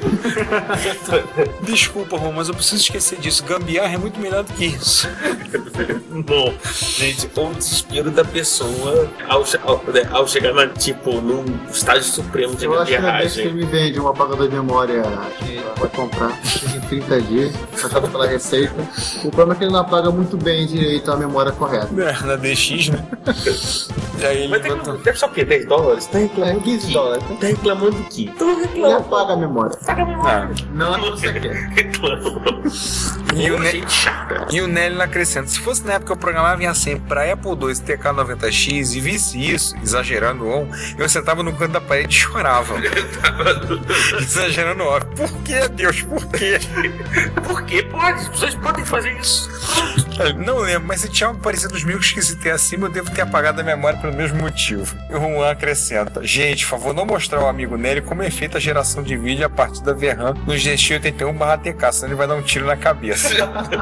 Desculpa, Juan, mas eu preciso esquecer disso. Gambiarra é muito melhor do que isso. Bom, gente, o desespero da pessoa ao, ao, ao chegar na, tipo, num estágio supremo de eu gambiarragem. Eu acho que ele me vende um apagador de memória que pode comprar em trinta dias. fechado pela Receita. O problema é que ele não apaga muito bem direito a memória correta. É, na D X, né? E aí ele Mas tem, botou... deve só o quê? dez dólares? Tá reclamando É, quinze dólares. Tá reclamando do quê? Tô Ele reclamando. apaga a memória. Apaga a memória. Não é o que você quer. Reclamo. E o, ne... Gente chata. e o Nelly acrescenta: se fosse na época que eu programava vinha sempre pra Apple dois T K noventa X e visse isso, exagerando on, eu sentava no canto da parede e chorava. Exagerando on. Por que, Deus? Por quê? Por que pode? As pessoas podem fazer isso. Não lembro, mas se tinha algo parecido nos mil que esqueci acima, eu devo ter apagado a memória pelo mesmo motivo. E o Juan acrescenta: gente, por favor, não mostrar ao amigo Nelly como é feita a geração de vídeo a partir da V RAM no G X oitenta e um barra T K, senão ele vai dar um tiro na cabeça.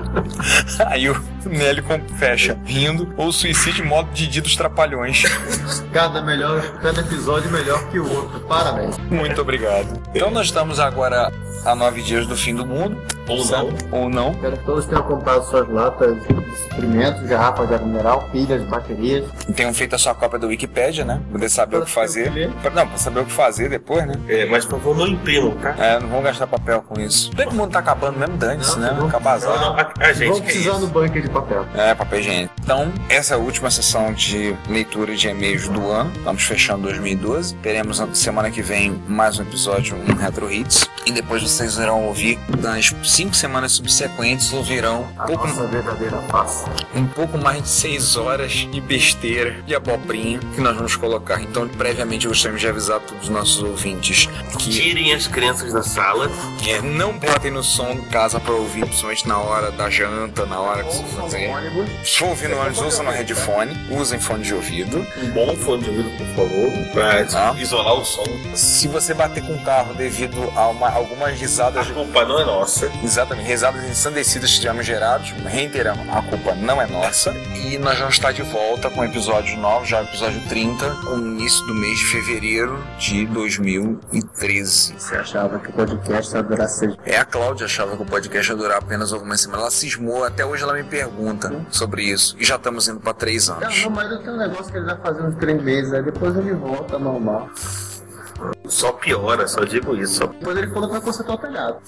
Aí o Nelly fecha, rindo, ou suicídio em modo Didi dos Trapalhões. Cada, melhor, cada episódio melhor que o outro. Parabéns. Muito obrigado. Então nós estamos agora a nove dias do fim do mundo. Ou não. Ou não. Espero que todos tenham comprado suas latas de suprimentos, garrafas de água mineral, pilhas, baterias. E tenham feito a sua cópia do Wikipedia, né? Poder saber o que fazer. Pra, não, pra saber o que fazer depois, né? É, mas por favor, não imprimam, tá? É, não vão gastar papel com isso. Bem que o mundo tá acabando mesmo, dane-se, né? Acabar as Não, não, a, a gente Vão que é precisar isso. no bunker de papel. É, papel higiênico. Então, essa é a última sessão de leitura de e-mails do ano. Estamos fechando dois mil e doze. Teremos semana que vem mais um episódio, um Retro Hits. E depois vocês irão ouvir, nas cinco semanas subsequentes, ouvirão A pouco, nossa verdadeira face. um pouco mais de seis horas de besteira, de abobrinha que nós vamos colocar. Então, previamente, gostaríamos de avisar a todos os nossos ouvintes que Tirem as crianças da sala. é, não botem no som de casa para ouvir, principalmente na hora da janta, na hora que vocês fazer. Se for ouvir no ônibus, usa no headphone, usem fone de ouvido. Um bom fone de ouvido, por favor, pra Ah. isolar o som. Se você bater com o carro devido a uma, algumas A risadas, culpa não é nossa. exatamente, risadas ensandecidas que tivemos gerados, reiteramos, a culpa não é nossa. E nós vamos estar de volta com episódios novos, já o episódio trinta, com o início do mês de fevereiro de dois mil e treze. Você achava que o podcast ia durar seis meses? É, a Cláudia achava que o podcast ia durar apenas algumas semanas. Ela cismou, até hoje ela me pergunta sobre isso. E já estamos indo para três Não, anos. não, mas eu tenho um negócio que ele vai fazer uns três meses, aí depois ele volta normal. Só piora, só digo isso. Só... Depois ele falou que vai consertar o telhado.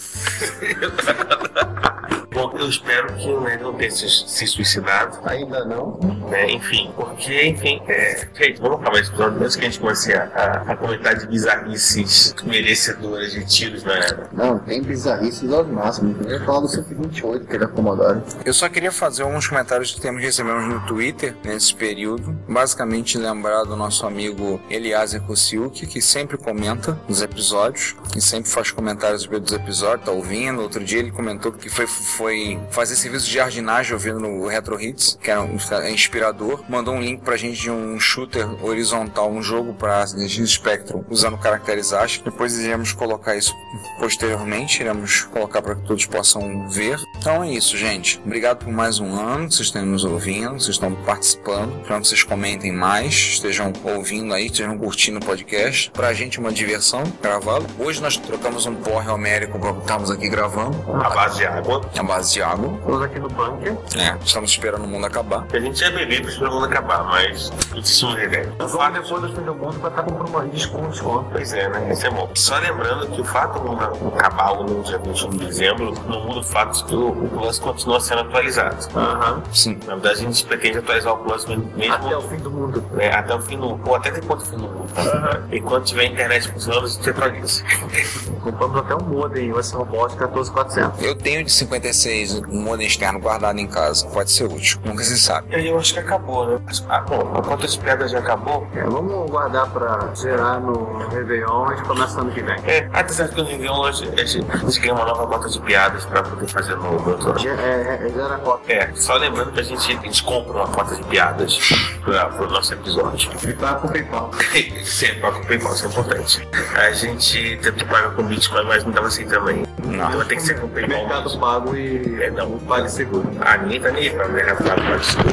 Bom, eu espero que o Ned não tenha se, se suicidado, Ainda não. né? Enfim, porque, enfim, é... gente, vamos acabar esse episódio antes que a gente comece a, a, a comentar de bizarrices merecedoras de tiros na era. Não, tem bizarrices aos máximos. Eu ia falar do cento e vinte e oito, que ele é Commodore. Eu só queria fazer alguns comentários que temos recebemos no Twitter nesse período. Basicamente lembrar do nosso amigo Eliaser Kosiuki, que sempre comenta nos episódios e sempre faz comentários sobre os episódios, tá ouvindo. Outro dia ele comentou que foi, foi fazer serviço de jardinagem ouvindo no Retro Hits, que é, um, é inspirador. Mandou um link pra gente de um shooter horizontal, um jogo pra Spectrum, usando caracteres ASCII. Depois iremos colocar isso posteriormente, iremos colocar para que todos possam ver. Então é isso, gente. Obrigado por mais um ano, vocês estão nos ouvindo, vocês estão participando. Espero que vocês comentem mais, estejam ouvindo aí, estejam curtindo o podcast. Pra gente é uma diversão gravá-lo. Hoje nós trocamos um porre homérico para estarmos aqui gravando. A base de água. A base de água. Estamos aqui no bunker. É, estamos esperando o mundo acabar. A gente é bebido para esperar o mundo acabar, mas isso não revela. O Vamos fato depois do fim do mundo vai estar comprando uma desconto, desconto. Pois é, né? Isso é bom. Só lembrando que o fato de não acabar no dia vinte e um de dezembro não muda o fato de que o, o Plus continua sendo atualizado. Aham. Sim. Na verdade, a gente pretende atualizar o Plus mesmo Até o fim do mundo. é, até o fim do mundo, ou até depois do fim do mundo. Tá? Enquanto tiver internet funcionando, a gente atualiza. Compramos até um modem, vai ser um bot quatorze mil e quatrocentos. Eu tenho de cinquenta e seis um modem externo guardado em casa. Pode ser útil. Nunca se sabe. E aí eu acho que acabou, né? Ah, bom, enquanto as pedras já acabou. É, vamos guardar pra gerar no Réveillon, a gente começa ano que vem. É, até certo que no Réveillon a gente, a gente ganha uma nova bota de piadas pra poder fazer no outro. É, é, é, gera cópia. É, só lembrando que a gente, a gente compra uma cota de piadas pra, pro nosso episódio. E paga com PayPal. Sempre paga com PayPal, isso é importante. A gente tenta pagar com Bitcoin, mas não tava aceitando aí. Não. Então tem que ser com PayPal. Mercado Pago e É, não. PagSeguro. A ninguém tá nem aí pra Mercado Pago,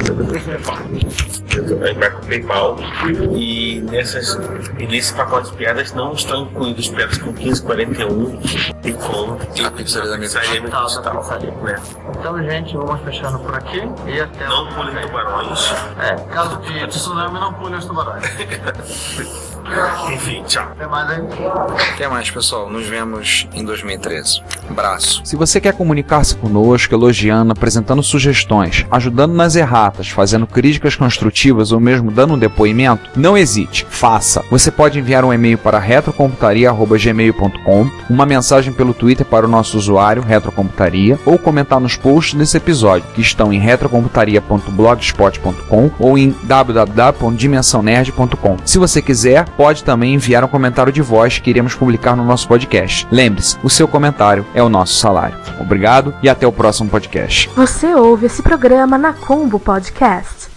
mas aí vai com PayPal. E, nessas, e nesse pacote de piadas não estão incluídos piadas com quinze quarenta e um e com A pizzaria da minha pizzaria Tá, digital, né? Então, gente, vamos fechando por aqui e até Não pulem tubarões. É, caso de tsunami, não pulem os tubarões. Enfim, tchau. Até mais aí. Até mais, pessoal. Nos vemos em dois mil e treze. abraço. Se você quer comunicar-se conosco, elogiando, apresentando sugestões, ajudando nas erratas, fazendo críticas construtivas ou mesmo dando um depoimento, não hesite, faça. Você pode enviar um e-mail para retrocomputaria arroba gmail ponto com, uma mensagem pelo Twitter para o nosso usuário Retrocomputaria, ou comentar nos posts desse episódio, que estão em retrocomputaria ponto blogspot ponto com ou em w w w ponto dimensão nerd ponto com. Se você quiser, pode também enviar um comentário de voz que iremos publicar no nosso podcast. Lembre-se, o seu comentário é o nosso salário. Obrigado e até o próximo podcast. Você ouve esse programa na Combo Podcast.